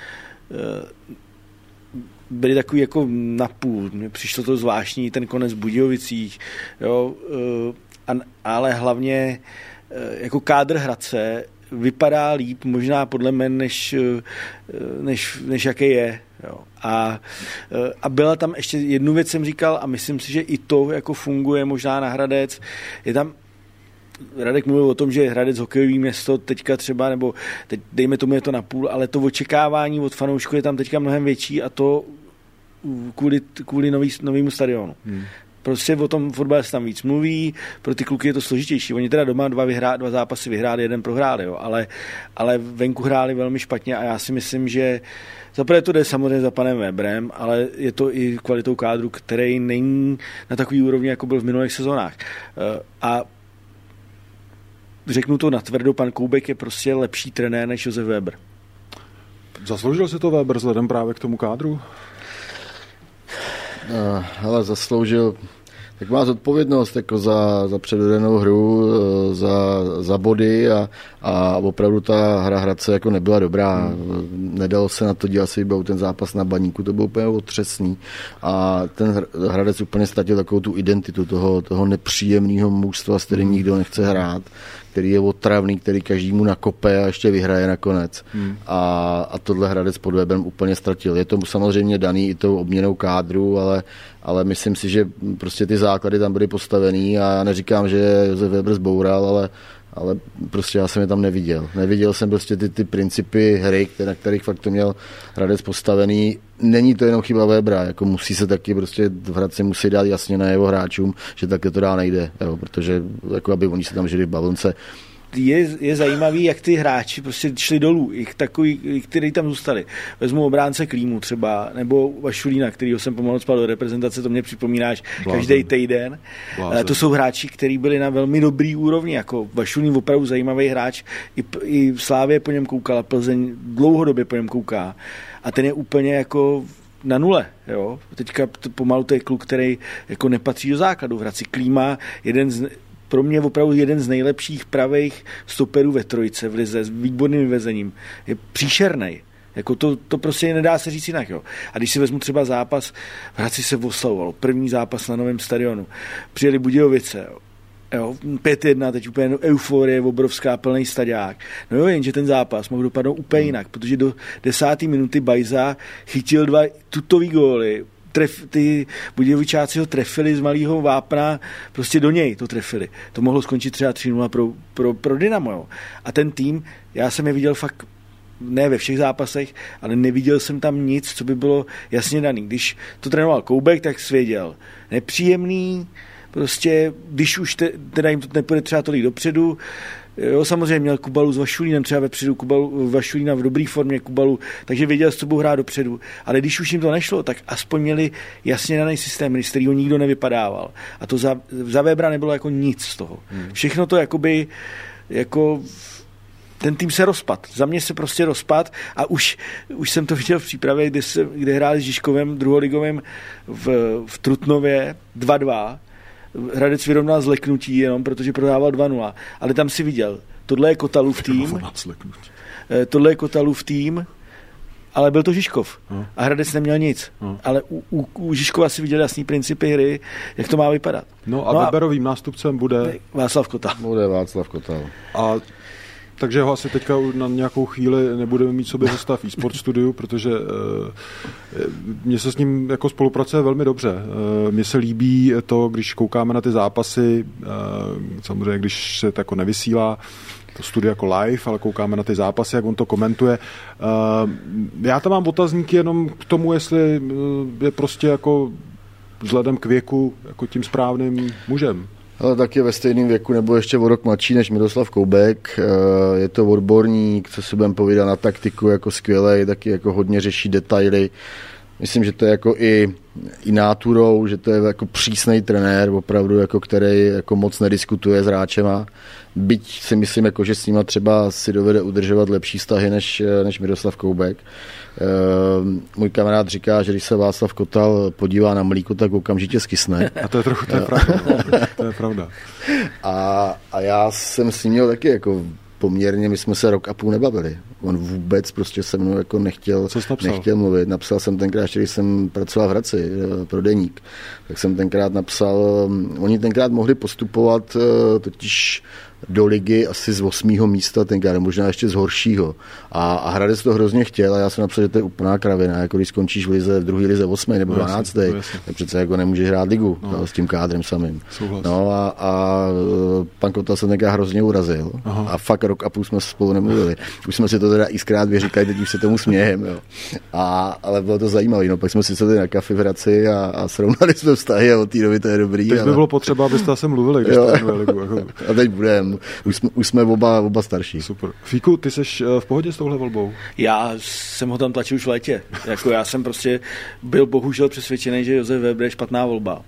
byly takový jako napůl. Mně přišlo to zvláštní, ten konec v Budějovicích, jo, ale hlavně jako kádr Hradce vypadá líp, možná podle mě, než, než, než jaký je. Jo. A, a byla tam ještě jednu věc, jsem říkal, a myslím si, že i to jako funguje možná na Hradec. Je tam, Radek mluvil o tom, že Hradec hokejový město teďka třeba, nebo teď dejme tomu je to na půl, ale to očekávání od fanoušků je tam teďka mnohem větší a to kvůli, kvůli nový, novýmu stadionu. Hmm. Prostě o tom fotbale se tam víc mluví, pro ty kluky je to složitější. Oni teda doma dva, vyhrá, dva zápasy vyhráli, jeden prohráli, jo. Ale, ale venku hráli velmi špatně a já si myslím, že zaprvé to jde samozřejmě za panem Weberem, ale je to i kvalitou kádru, který není na takový úrovni, jako byl v minulých sezónách. A řeknu to natvrdo, pan Koubek je prostě lepší trenér než Josef Weber. Zasloužil se to Weber vzhledem právě k tomu kádru? Uh, hele, zasloužil, tak má zodpovědnost jako za, za předvedenou hru, za, za body a, a opravdu ta hra Hradce jako nebyla dobrá. Hmm. Nedalo se na to dívat, si byl ten zápas na Baníku, to byl úplně otřesný a ten Hradec úplně ztratil takovou tu identitu toho, toho nepříjemného mužstva, s kterým hmm. nikdo nechce hrát, který je otravný, který každému nakope a ještě vyhraje nakonec. Hmm. A, a tohle Hradec pod Weberem úplně ztratil. Je to samozřejmě daný i tou obměnou kádru, ale, ale myslím si, že prostě ty základy tam byly postavený a já neříkám, že Josef Weber zboural, ale, ale prostě já jsem je tam neviděl. Neviděl jsem prostě ty, ty principy hry, na kterých fakt to měl Hradec postavený. Není to jenom chyba Webera, jako musí se taky prostě v Hradci musí dát jasně na jeho hráčům, že takhle to dál nejde, jo, protože jako aby oni se tam žili v bavlnce. Je, je zajímavý, jak ty hráči prostě šli dolů, i takový, kteří tam zůstali. Vezmu obránce Klímu třeba, nebo Vašulína, kterýho jsem pomalu spal do reprezentace, to mě připomínáš každý týden. Blázen. To jsou hráči, kteří byli na velmi dobrý úrovni, jako Vašulín opravdu zajímavý hráč, i, i Slávě po něm koukala, Plzeň dlouhodobě po něm kouká a ten je úplně jako na nule, jo. Teďka pomalu to je kluk, který jako nepatří do základu v Hradci. Klíma, jeden z pro mě opravdu jeden z nejlepších pravých stoperů ve trojce v lize s výborným vyvezením. Je příšernej. Jako to, to prostě nedá se říct jinak. Jo. A když si vezmu třeba zápas, v Hradci se oslavovalo. První zápas na novém stadionu. Přijeli Budějovice. Jo. Jo, pět jedna, teď úplně euforie, obrovská, plný stadiák. No jo, jenže ten zápas mohl dopadnout úplně jinak, protože do desáté minuty Bajza chytil dva tutový góly. Tref, ty Budějovičáci ho trefili z malého vápna, prostě do něj to trefili. To mohlo skončit třeba tři nula pro, pro, pro Dynamo. Jo. A ten tým, já jsem je viděl fakt ne ve všech zápasech, ale neviděl jsem tam nic, co by bylo jasně daný. Když to trénoval Koubek, tak svěděl. Nepříjemný, prostě, když už te, teda jim to nepůjde třeba tolik dopředu, jo, samozřejmě měl Kubalu s Vašulínem třeba vepředu, Kubalu, Vašulína v dobré formě, Kubalu, takže věděl, co budou hrát dopředu. Ale když už jim to nešlo, tak aspoň měli jasně daný systém, z kterého nikdo nevypadával. A to za, za Webera nebylo jako nic z toho. Hmm. Všechno to jakoby, jako ten tým se rozpad. Za mě se prostě rozpad a už, už jsem to viděl v přípravě, kde, se, kde hráli s Žižkovem druholigovým v, v Trutnově dva dva. Hradec vyrovnal zleknutí jenom, protože prodával dva nula. Ale tam si viděl, tohle je Kotalův tým, tohle je Kotalův tým, ale byl to Žižkov. Hmm. A Hradec neměl nic. Hmm. Ale u, u, u Žižkova si viděl jasný principy hry, jak to má vypadat. No a no Weberovým a nástupcem bude... Václav Kotal. Bude Václav Kotal. A takže ho asi teďka na nějakou chvíli nebudeme mít sobě hosta v eSport studiu, protože uh, mně se s ním jako spolupracuje velmi dobře. Uh, mně se líbí to, když koukáme na ty zápasy, uh, samozřejmě když se to jako nevysílá, to studio jako live, ale koukáme na ty zápasy, jak on to komentuje. Uh, já tam mám otazníky jenom k tomu, jestli je prostě jako vzhledem k věku jako tím správným mužem. Ale taky ve stejném věku nebo ještě o rok mladší než Miroslav Koubek. Je to odborník, co si budeme povídat na taktiku, jako skvělej, taky jako hodně řeší detaily. Myslím, že to je jako i, i náturou, že to je jako přísnej trenér, opravdu, jako který jako moc nediskutuje s hráčema. Byť si myslím, jako, že s nima třeba si dovede udržovat lepší vztahy než, než Miroslav Koubek. Uh, můj kamarád říká, že když se Václav Kotal podívá na mlíko, tak okamžitě skysne. A to je trochu, to je pravda. To je pravda. A, a já jsem s ním měl taky jako poměrně, my jsme se rok a půl nebavili. On vůbec prostě se mnou jako nechtěl, nechtěl mluvit. Napsal jsem tenkrát, když jsem pracoval v Hradci pro deník, tak jsem tenkrát napsal, oni tenkrát mohli postupovat totiž do ligy asi z osmého místa tenkrát, možná ještě z horšího. A, a Hradec to hrozně chtěl a já jsem napsal, že to je úplná kravina, jako když skončíš v lize, v druhé lize osmé nebo dvanácté, tak přece jako nemůžeš hrát ligu no. s tím kádrem samým. Souhlas. No a, a pan Kotal se tenkrát hrozně urazil. Aha. A fakt rok a půl jsme spolu nemluvili. Už jsme si to teda i zkrát vyříkali, teď už se tomu smějem. Jo. A, ale bylo to zajímavé. No, pak jsme si sedli na kafi v Hradci a, a srovnali jsme vztahy a od té doby to je dobrý. Teď ale... by bylo potřeba, abyste se mluvili, když to ligu. Jako... A teď budeme. Už jsme, už jsme oba, oba starší. Super. Fíku, ty seš v pohodě s touhle volbou? Já jsem ho tam tlačil už v létě. Jako já jsem prostě byl bohužel přesvědčený, že Josef Weber je špatná volba.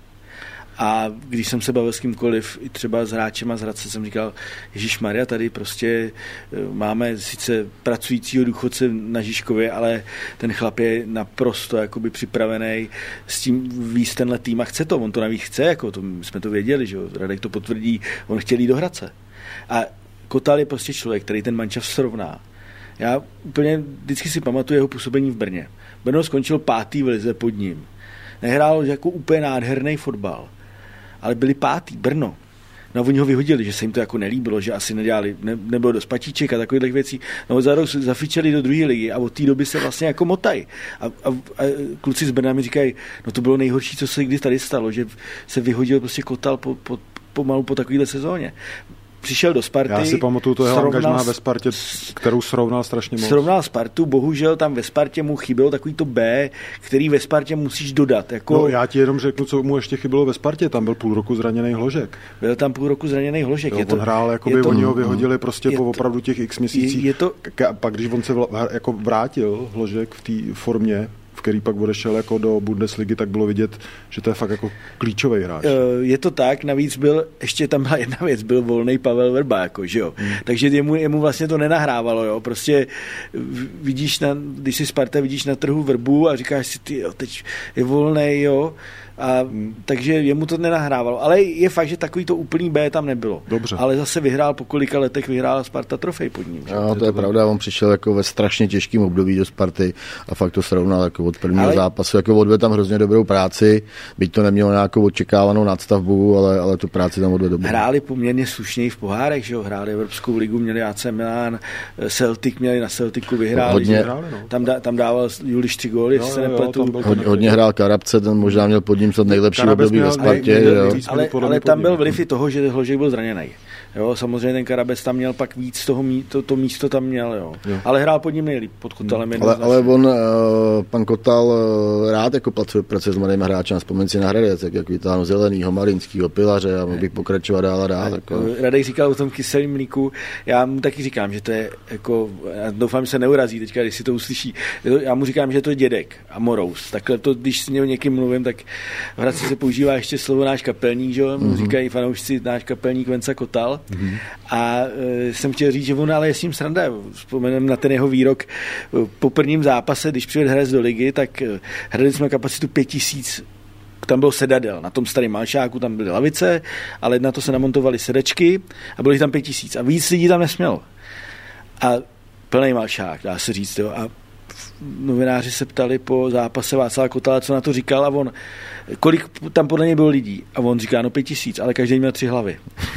A když jsem se bavil s kýmkoliv, i třeba s hráčem a z Hradce, jsem říkal, ježišmarja, tady prostě máme sice pracujícího důchodce na Žižkově, ale ten chlap je naprosto jakoby připravený s tím víc tenhle tým a chce to. On to navíc chce, jako to, my jsme to věděli, že Radek to potvrdí, on chtěl jít do Hradce. A Kotal je prostě člověk, který ten mančaft srovná. Já úplně vždycky si pamatuju jeho působení v Brně. Brno skončil pátý v lize pod ním. Nehrál jako úplně nádherný fotbal, ale byli pátý, Brno. No oni ho vyhodili, že se jim to jako nelíbilo, že asi nedělali, ne, nebylo dost patíček a takových věcí. No za rok zafičeli do druhé ligy a od té doby se vlastně jako motají. A, a, a kluci z Brna mi říkají, no to bylo nejhorší, co se kdy tady stalo, že se vyhodil prostě Kotal po, po, pomalu po takovéhle sezóně. přišel do Sparty. Já si pamatuju to jeho angažmá ve Spartě, kterou srovnal strašně moc. Srovnal Spartu, bohužel tam ve Spartě mu chybělo takový to B, který ve Spartě musíš dodat. Jako... No, já ti jenom řeknu, co mu ještě chybělo ve Spartě, tam byl půl roku zraněný Hložek. Byl tam půl roku zraněný Hložek. Jo, je on to, hrál, jakoby to, oni ho vyhodili prostě po to, opravdu těch x měsících. Je, je to, K- pak když on se vla, jako vrátil Hložek v té formě, v který pak odešel jako do Bundesligy, tak bylo vidět, že to je fakt jako klíčový hráč. Je to tak, navíc byl, ještě tam byla jedna věc, byl volný Pavel Vrba, jako, že jo. Hmm. Takže jemu, jemu vlastně to nenahrávalo, jo. Prostě vidíš, na, když si Sparta vidíš na trhu Vrbu a říkáš si, ty jo, teď je volnej, jo. A, hmm. Takže jemu to nenahrávalo. Ale je fakt, že takový to úplný B tam nebylo. Dobře. Ale zase vyhrál, po kolika letech vyhrála Sparta trofej pod ním. No, to je, to je pravda, on přišel jako ve strašně těžkém období do Sparty a fakt to srovnal jako od prvního ale... zápasu, jako odvedl tam hrozně dobrou práci, byť to nemělo nějakou očekávanou nadstavbu, ale, ale tu práci tam odvedl dobrou. Hráli poměrně slušně v pohárech, že jo, hráli Evropskou ligu, měli A C Milan, Celtic měli na Celticu vyhráli. Hodně, hráli, no. tam, da, tam dával Juliš tři góly, jestli se nepletu. Hodně, hodně hrál Karabce, ten možná měl pod ním nejlepší období ve Spartě. Ale, ale tam byl vliv i toho, že Hložek byl zraněný. Jo, samozřejmě ten Karabec tam měl pak víc toho mí, to, to místo tam měl, jo. Jo. Ale hrál pod ním nejlíp, pod Kotalem. Ale, ale on, uh, pan Kotal uh, rád jako pracuje s mladými hráči, vzpomeň si na Hradec, jak, jak vytáhnu Zelenýho, Marinskýho, Pilaře a mohl bych pokračovat dál a dál. Jako. Radek říkal o tom kyselém mlíku, já mu taky říkám, že to je jako, já doufám, že se neurazí teďka, když si to uslyší, já mu říkám, že to je dědek a morous. Takhle to, když s něm někým mluvím, tak v Hradci se používá ještě slovo náš kapelník, že mu mm-hmm. říkají fanoušci náš kapelník Venca Kotal. Mm-hmm. A e, jsem chtěl říct, že on ale je s ním sranda. Vzpomenem na ten jeho výrok po prvním zápase, když přijel Hradec do ligy, tak Hradec měl kapacitu pět tisíc. Tam byl sedadel, na tom starém Malšáku tam byly lavice, ale na to se namontovaly sedečky a bylo jich tam pět tisíc. A víc lidí tam nesmělo. A plný Malšák, dá se říct. Jo. A novináři se ptali po zápase Václava Kotala, co na to říkal, a on, kolik tam podle něj bylo lidí. A on říká, no pět tisíc, ale každý měl tři hlavy.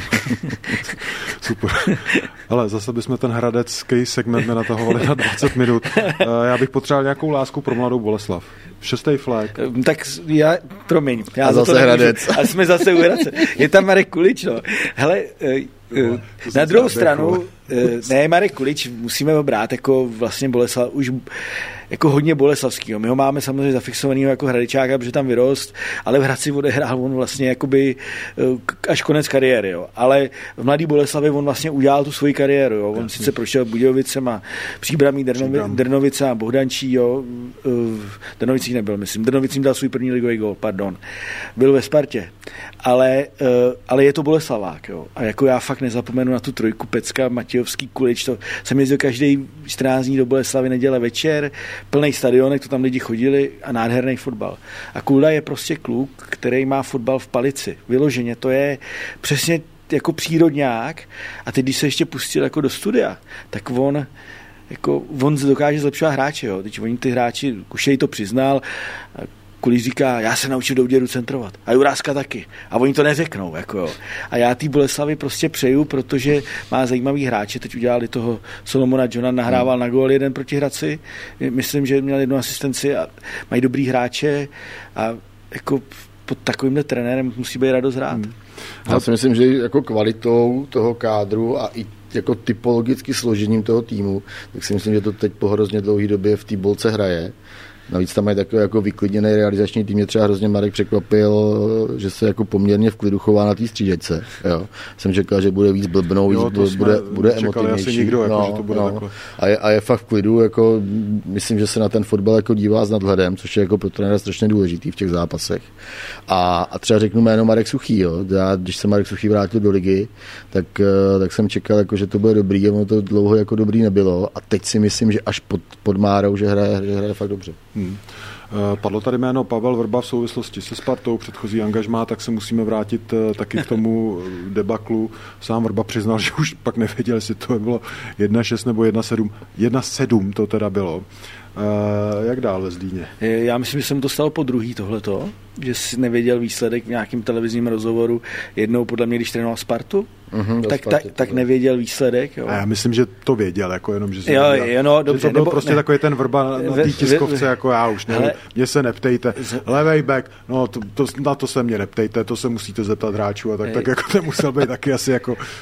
Super. Ale zase bychom ten hradecký segment nenatahovali na dvacet minut. Já bych potřeboval nějakou lásku pro Mladou Boleslav. Šestý flag. Tak já, promiň. Já a za zase to Hradec. A jsme zase u Hradce. Je tam Marek Kulič, no. Hele, no, na druhou stranu, ne, Marek Kulič, musíme ho brát jako vlastně Boleslav, už jako hodně boleslavskýho. My ho máme samozřejmě zafixovanýho jako Hradečáka, protože tam vyrost, ale v Hradci odehrál on vlastně jakoby až konec kariéry, jo. Ale v Mladý Boleslavi on vlastně udělal tu svoji kariéru, jo. On Jasně. sice prošel Budějovicema, Příbramí, Drnovi, Drnovice a Bohdančí, jo. V Drnovicích nebyl, myslím. Drnovicím dal svůj první ligový gól, pardon. Byl ve Spartě. Ale, ale je to Boleslavák, jo. A jako já fakt nezapomenu na tu trojku Pecka, Matějovský, Kulič, to jsem jezdil každý čtrnáct dní do Boleslavy, neděle večer, plný stadionek, to tam lidi chodili a nádherný fotbal. A Kulda je prostě kluk, který má fotbal v palici. Vyloženě, to je přesně jako přírodňák. A teď, když se ještě pustil jako do studia, tak on jako, on dokáže zlepšovat hráče. Jo. Teď oni ty hráči, Kušej to přiznal, Kulič říká, já se naučil do úděru centrovat. A Juráska taky. A oni to neřeknou. Jako jo. A já té Boleslavi prostě přeju, protože má zajímavý hráče. Teď udělali toho Solomona Johna, nahrával hmm. na gól jeden proti Hradci. Myslím, že měl jednu asistenci a mají dobrý hráče a jako pod takovýmhle trenérem musí být radost hrát. Hmm. Já si myslím, že jako kvalitou toho kádru a i jako typologicky složením toho týmu, tak si myslím, že to teď po hrozně dlouhé době v té Bolce hraje. Navíc tam mají takový jako vyklidněný realizační tým. Mě třeba hrozně Marek překvapil, že se jako poměrně v klidu chová na té střídačce. Jo. Jsem čekal, že bude víc blbnou, víc, bude, bude, bude emotivnější. Nikdo, jako, no, že to bude no. a, je, a je fakt v klidu. Jako, myslím, že se na ten fotbal jako dívá s nadhledem, což je jako pro trenéra strašně důležitý v těch zápasech. A, a třeba řeknu jméno Marek Suchý. Jo. Já, když se Marek Suchý vrátil do ligy, tak, tak jsem čekal, jako, že to bude dobrý, a ono to dlouho jako dobrý nebylo. A teď si myslím, že až pod, pod Márou, že hraje, že hraje fakt dobře. Hmm. Padlo tady jméno Pavel Vrba v souvislosti se Spartou, předchozí angažmá, tak se musíme vrátit taky k tomu debaklu. Sám Vrba přiznal, že už pak nevěděl, jestli to bylo jedna šest nebo jedna sedm. jedna sedm to teda bylo. Uh, jak dál ve Zlíně? Já myslím, že jsem to stalo po druhý tohleto, že jsi nevěděl výsledek v nějakém televizním rozhovoru jednou, podle mě, když trénoval Spartu, uh-huh, tak, Sparty, tak, tak nevěděl výsledek. Jo. A já myslím, že to věděl, jako jenom, že, jo, jo, no, dobře, že to byl nebo, prostě ne, takový ten Vrba na té tiskovce, ve, jako já už nevím, mě se neptejte, levej back, no to, to, na to se mě neptejte, to se musíte zeptat hráčů a tak, tak jako to musel být taky asi jako...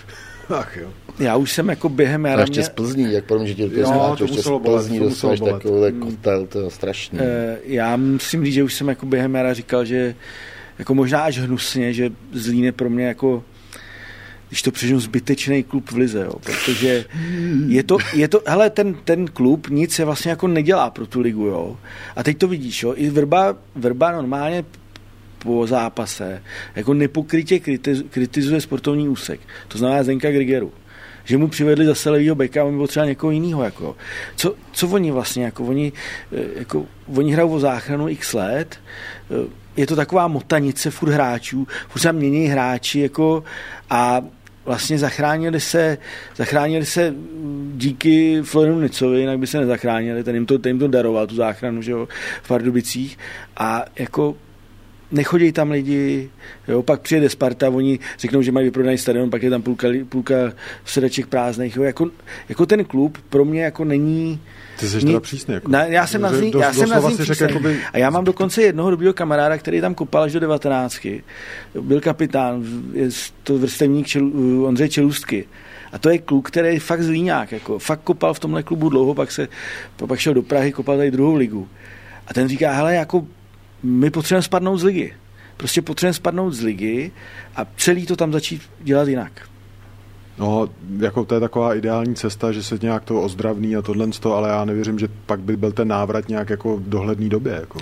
Ach jo. Já už jsem jako během jara... A ještě z Plzní, jak pro mě, že tě Jo, to ještě muselo z bolet, Plzní to muselo dostaneš bolet. takovýhle kotel, to je strašný. Já musím říct, že už jsem jako během jara říkal, že jako možná až hnusně, že Zlín je pro mě jako, když to přežnu, zbytečný klub v lize, jo, protože je to, je to, hele, ten, ten klub nic se vlastně jako nedělá pro tu ligu, jo. A teď to vidíš, jo, i Vrba, Vrba normálně po zápase jako nepokrytě kritizuje sportovní úsek. To znamená Zdenka Grigeru. Že mu přivedli zase levýho beka a on byl třeba někoho jiného. Jako. Co, co oni vlastně? Jako, oni, jako, oni hrajou o záchranu x let, je to taková motanice furt hráčů, furt se mění hráči jako, a vlastně zachránili se, zachránili se díky Florianu Nicovi, jinak by se nezachránili, ten jim to, ten jim to daroval, tu záchranu, že jo, v Pardubicích, a jako nechodí tam lidi, jo, pak přijede Sparta, oni řeknou, že mají vyprodaný stadion, pak je tam půlka, půlka sedaček prázdných, jo, jako, jako ten klub pro mě jako není... Ty jsi teda přísný. Jako. Na, já jsem na Zlín, já jsem na Zlín přísný. Jakoby... A já mám dokonce jednoho dobrýho kamaráda, který tam kopal až do devatenáctky. Byl kapitán, je to vrstevník Čel, Ondřej Čelůstky. A to je kluk, který je fakt zlíňák, jako, fakt kopal v tomhle klubu dlouho, pak, se, pak šel do Prahy, kopal tady druhou ligu. A ten říká, hele, jako my potřebujeme spadnout z ligy. Prostě potřebujeme spadnout z ligy a celý to tam začít dělat jinak. No, jako to je taková ideální cesta, že se nějak to ozdravní a tohle, ale já nevěřím, že pak by byl ten návrat nějak jako v dohledný době. Jako.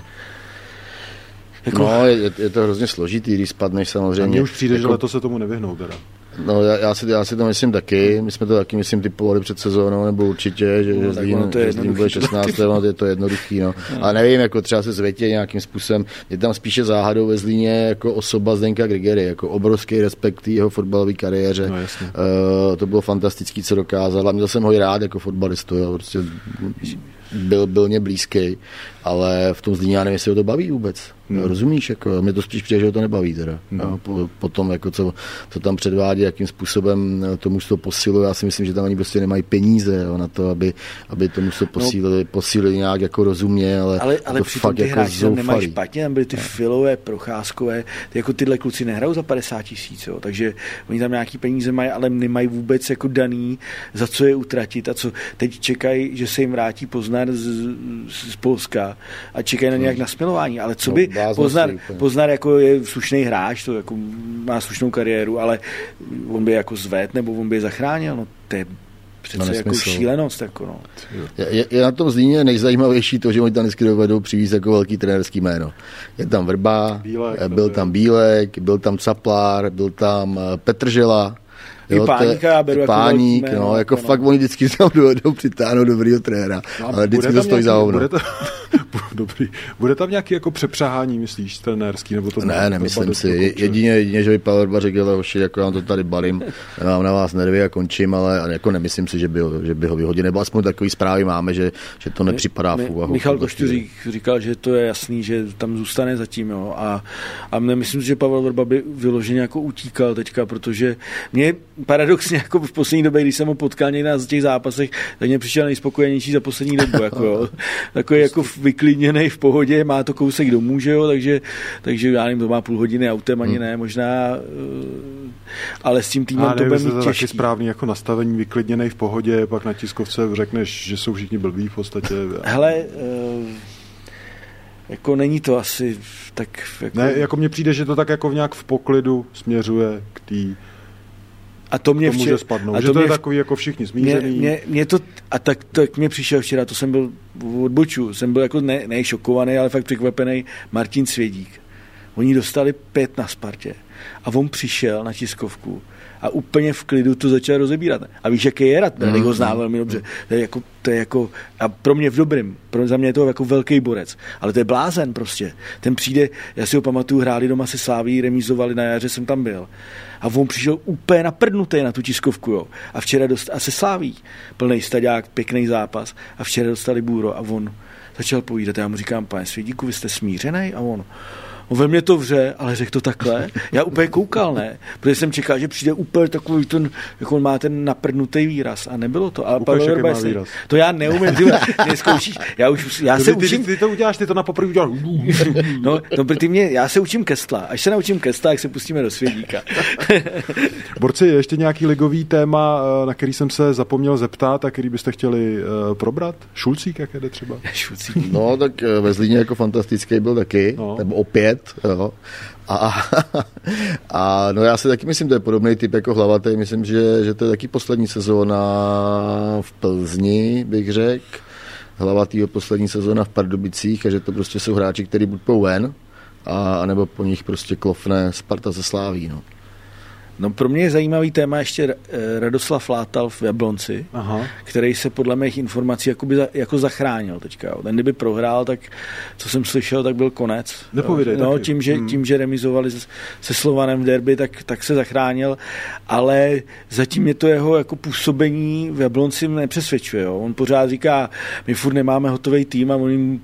Jako... No, je, je to hrozně složitý, když spadneš samozřejmě. A mně už přijde, jako... že letos se tomu nevyhnou teda. No, já, já, si, já si to myslím taky, my jsme to taky, myslím, typovali před sezónou, nebo určitě, že, no, že Zlín, že Zlín bude šestnáct, no, je to jednoduchý, no. no. Ale nevím, jako třeba se zvětě nějakým způsobem, je tam spíše záhadou ve Zlíně jako osoba Zdenka Grigery, jako obrovský respekt jeho fotbalové kariéře. No, jasně. Uh, to bylo fantastický, co dokázal, a měl jsem ho i rád jako fotbalistu, jo, prostě byl, byl mě blízký, ale v tom Zlíně já nevím, jestli ho to baví vůbec. Hmm. Rozumíš, jako, mě to spíš přijde, že ho to nebaví teda. Hmm. Jo, po, potom, jako, co, co tam předvádí, jakým způsobem to mužstvo posiluje, já si myslím, že tam oni prostě nemají peníze, jo, na to, aby, aby to mužstvo posílili, no, posílili nějak jako rozumně, ale, ale, ale to přitom fakt ty jako hráči tam nemají zoufalý. špatně, tam byly ty Filové, Procházkové, ty, jako tyhle kluci nehrajou za padesát tisíc, jo, takže oni tam nějaký peníze mají, ale nemají vůbec jako daný, za co je utratit a co teď čekají, že se jim vrátí Poznar z, z Polska a čekají na nějak nasmilování, ale co by no, Poznar, Poznar jako je slušný hráč, to jako má slušnou kariéru, ale on by jako zved, nebo on by je zachránil, no to je přece no, jako šílenost. Jako no. je, je na tom Zlíně nejzajímavější to, že oni tam vždycky dovedou přivést jako velký trenérský jméno. Je tam Vrba, Bílek, byl tam Bílek, byl tam Caplár, byl tam Petržela, Jo, Páníka, beru jako Páník, jméno, no, jako no. Fakt oni vždycky tam dovedou přitáhnout dobrýho trenéra, no, ale vždycky to stojí za hovno. Bude, dobrý. Bude tam nějaký jako přepřahání, myslíš, trenérský? Nebo to ne, nemyslím si. Je, jedině, jedině, že by Pavel Vrba řekl, hoši, jako já to tady balím, já mám na vás nervy a končím, ale jako nemyslím si, že by, ho, že by ho vyhodil. Nebo aspoň takový zprávy máme, že, že to nepřipadá v úvahu. Michal Košťuřík říkal, že to je jasný, že tam zůstane zatím. Jo. A, a nemyslím si, že Pavel Vrba by vyloženě jako utíkal teďka, protože mě paradoxně jako v poslední době, když jsem ho potkal někde na těch zápasech, tak mě přišel nejspokojenější za poslední dobu. Jako, jo. Takový jako vyklidněný v pohodě, má to kousek domů, že jo, takže, takže já nevím, to má půl hodiny autem, ani ne, možná, ale s tím týmem to bude mít těžký. Taky správný jako nastavení, vyklidněný v pohodě, pak na tiskovce řekneš, že jsou všichni blbí v podstatě. Hele, jako není to asi tak... Jako... Ne, jako mně přijde, že to tak jako nějak v poklidu směřuje k té... A to mě včera, může spadnout, a to že to mě, je takový jako všichni smířený. Mě, mě, mě to, a tak, tak mě přišel včera, to jsem byl odboču, jsem byl jako ne, nejšokovaný, ale fakt překvapený Martin Svědík. Oni dostali pět na Spartě a on přišel na tiskovku a úplně v klidu to začal rozebírat. A víš, jaký je Rad, mm. ho zná velmi dobře. To je jako, to je jako, a pro mě v dobrým, pro za mě je to jako velký borec. Ale to je blázen prostě. Ten přijde, já si ho pamatuju, hráli doma se Sláví, remízovali na jaře, jsem tam byl. A on přišel úplně naprdnutý na tu tiskovku, jo. A včera dostal, a se Sláví, plnej staďák, pěkný zápas. A včera dostali bůro a on začal povídat. Já mu říkám, pane Svědíku, vy jste smířenej? A on, On ve mně to vře, ale řekl to takhle. Já úplně koukal, ne? Protože jsem čekal, že přijde úplně takový ten, jak on má ten naprdnutý výraz. A nebylo to. Ale Ukaž, jaký má výraz. To já neumím, ty neskoušíš. Já už, já ty, se ty, učím. Ty, ty to uděláš, ty to na poprvé udělal. No, no, ty mě, já se učím Kestla. Až se naučím Kestla, tak se pustíme do Svědíka. Borci, je ještě nějaký ligový téma, na který jsem se zapomněl zeptat a který byste chtěli uh, probrat? Šulcík, jak jede třeba? Šulcík. No, tak ve Zlíně jako fantastický byl taky, no. Nebo opět, jo. A, a no já si taky myslím, to je podobný typ jako Hlavatý, myslím, že, že to je taky poslední sezóna v Plzni, bych řekl. Hlavatýho poslední sezóna v Pardubicích a že to prostě jsou hráči, kteří buď půjdou ven, a, a nebo po nich prostě klofne Sparta ze Sláví, no. No pro mě je zajímavý téma ještě Radoslav Látal v Jablonci, aha, který se podle mých informací jakoby za, jako zachránil teďka. Ten kdyby prohrál, tak co jsem slyšel, tak byl konec. Nepovídej, no, tím, že, hmm. tím, že remizovali se, se Slovanem v derby, tak, tak se zachránil, ale zatím je to jeho jako působení v Jablonci nepřesvědčuje. Jo. On pořád říká, my furt nemáme hotový tým a on jim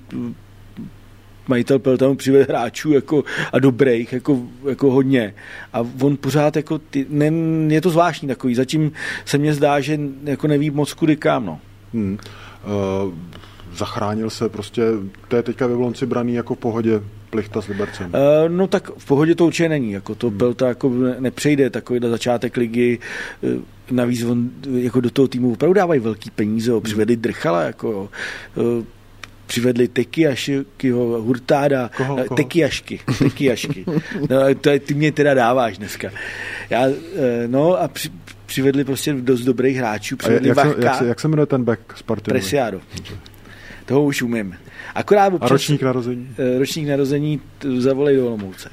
majitel Peltamu přivede hráčů jako, a dobrých, jako, jako hodně. A on pořád, jako, ty, ne, je to zvláštní takový. Zatím se mně zdá, že jako neví moc kudy kam. No. Hmm. Uh, zachránil se prostě, to je teďka ve Jablonci braný jako v pohodě Plichta s Libercem. Uh, no tak v pohodě to určitě není. Jako to hmm. Pelta jako nepřejde takový na začátek ligy. Uh, navíc on jako do toho týmu opravdu dávají velký peníze. Hmm. Přivedli Drchala, jako uh, přivedli Tekiaškyho, Hurtáda, koho, koho? Tekiašky, Tekiašky. No, to je, ty mě teda dáváš dneska. Já, no a při, přivedli prostě dost dobrých hráčů. Přivedli jak, Vachka, se, jak, se, jak se jmenuje ten back Sparty? Presiado. Toho už umím. Akorát občas, a ročník narození? Ročník narození zavolej do Olomouce.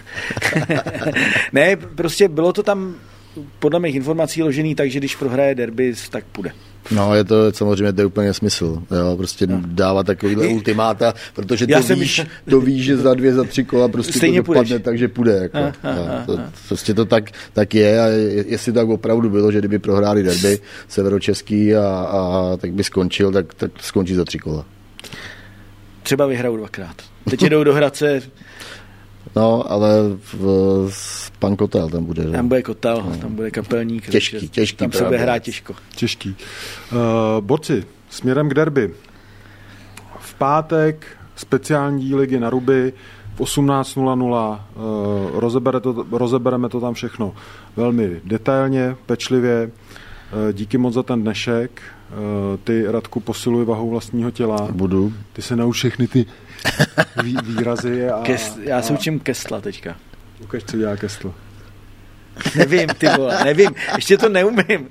Ne, prostě bylo to tam podle mých informací ložený tak, že když prohraje derby, tak půjde. No, je to samozřejmě to je úplně smysl. Jo, prostě no. dávat takovýhle ultimáta, protože to víš, myšl... to víš, že za dvě, za tři kola prostě stejně to dopadne, takže půjde. Jako. A, a, a, to, prostě to tak, tak je a jestli tak opravdu bylo, že kdyby prohráli derby severočeský a, a tak by skončil, tak, tak skončí za tři kola. Třeba vyhrajou dvakrát. Teď jdou do Hradce. No, ale v, pan Kotel tam bude. Tam bude Kotel, no. Tam bude kapelník. Těžký, těžký. Tam se bude hrát těžko. Těžký. Uh, borci, směrem k derby. V pátek speciální díl ligy na Ruby v osmnáct nula nula. Uh, rozebere to, rozebereme to tam všechno velmi detailně, pečlivě. Uh, díky moc za ten dnešek. Uh, ty, Radku, posiluj vahou vlastního těla. Budu. Ty se nauč všechny ty vý, výrazy. A, Kest, já se a... učím Kestla teďka. Ukaž, co dělá Kestl. Nevím, ty vole, nevím. Ještě to neumím.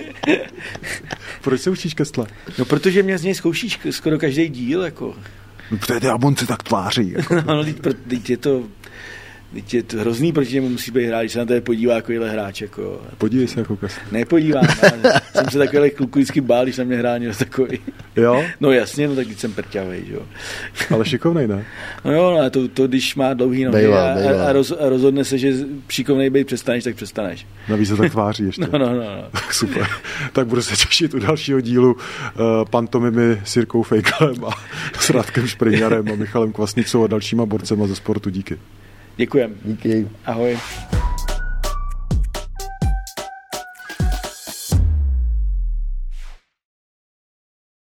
Proč se učíš Kestla? No, protože mě z něj zkoušíš skoro každý díl, jako. No, protože on se tak tváří. Jako. No, no, teď je to... Teď je to hrozný, proti němu musí být hráč, když se na tebe podívá takovýhle hráč. Jako. Podívej se jako Kestl. Nepodívám, ale jsem se takovýhle kluku vždycky bál, když na mě hrál někdo takový. Jo? No jasně, no tak když jsem prťavej, jo. Ale šikovnej, ne? No jo, no, to, to když má dlouhý nohy bejva, a, bejva. a, roz, a rozhodne se, že šikovnej být přestaneš, tak přestaneš. Navíc se tak tváří ještě. No, no, no. no. Tak super. Tak budu se těšit u dalšího dílu uh, pantomimy s Jirkou Fejkalem a s Radkem Špriňarem a Michalem Kvasnicou a dalšíma borcema ze sportu. Díky. Děkujem. Díky. Ahoj.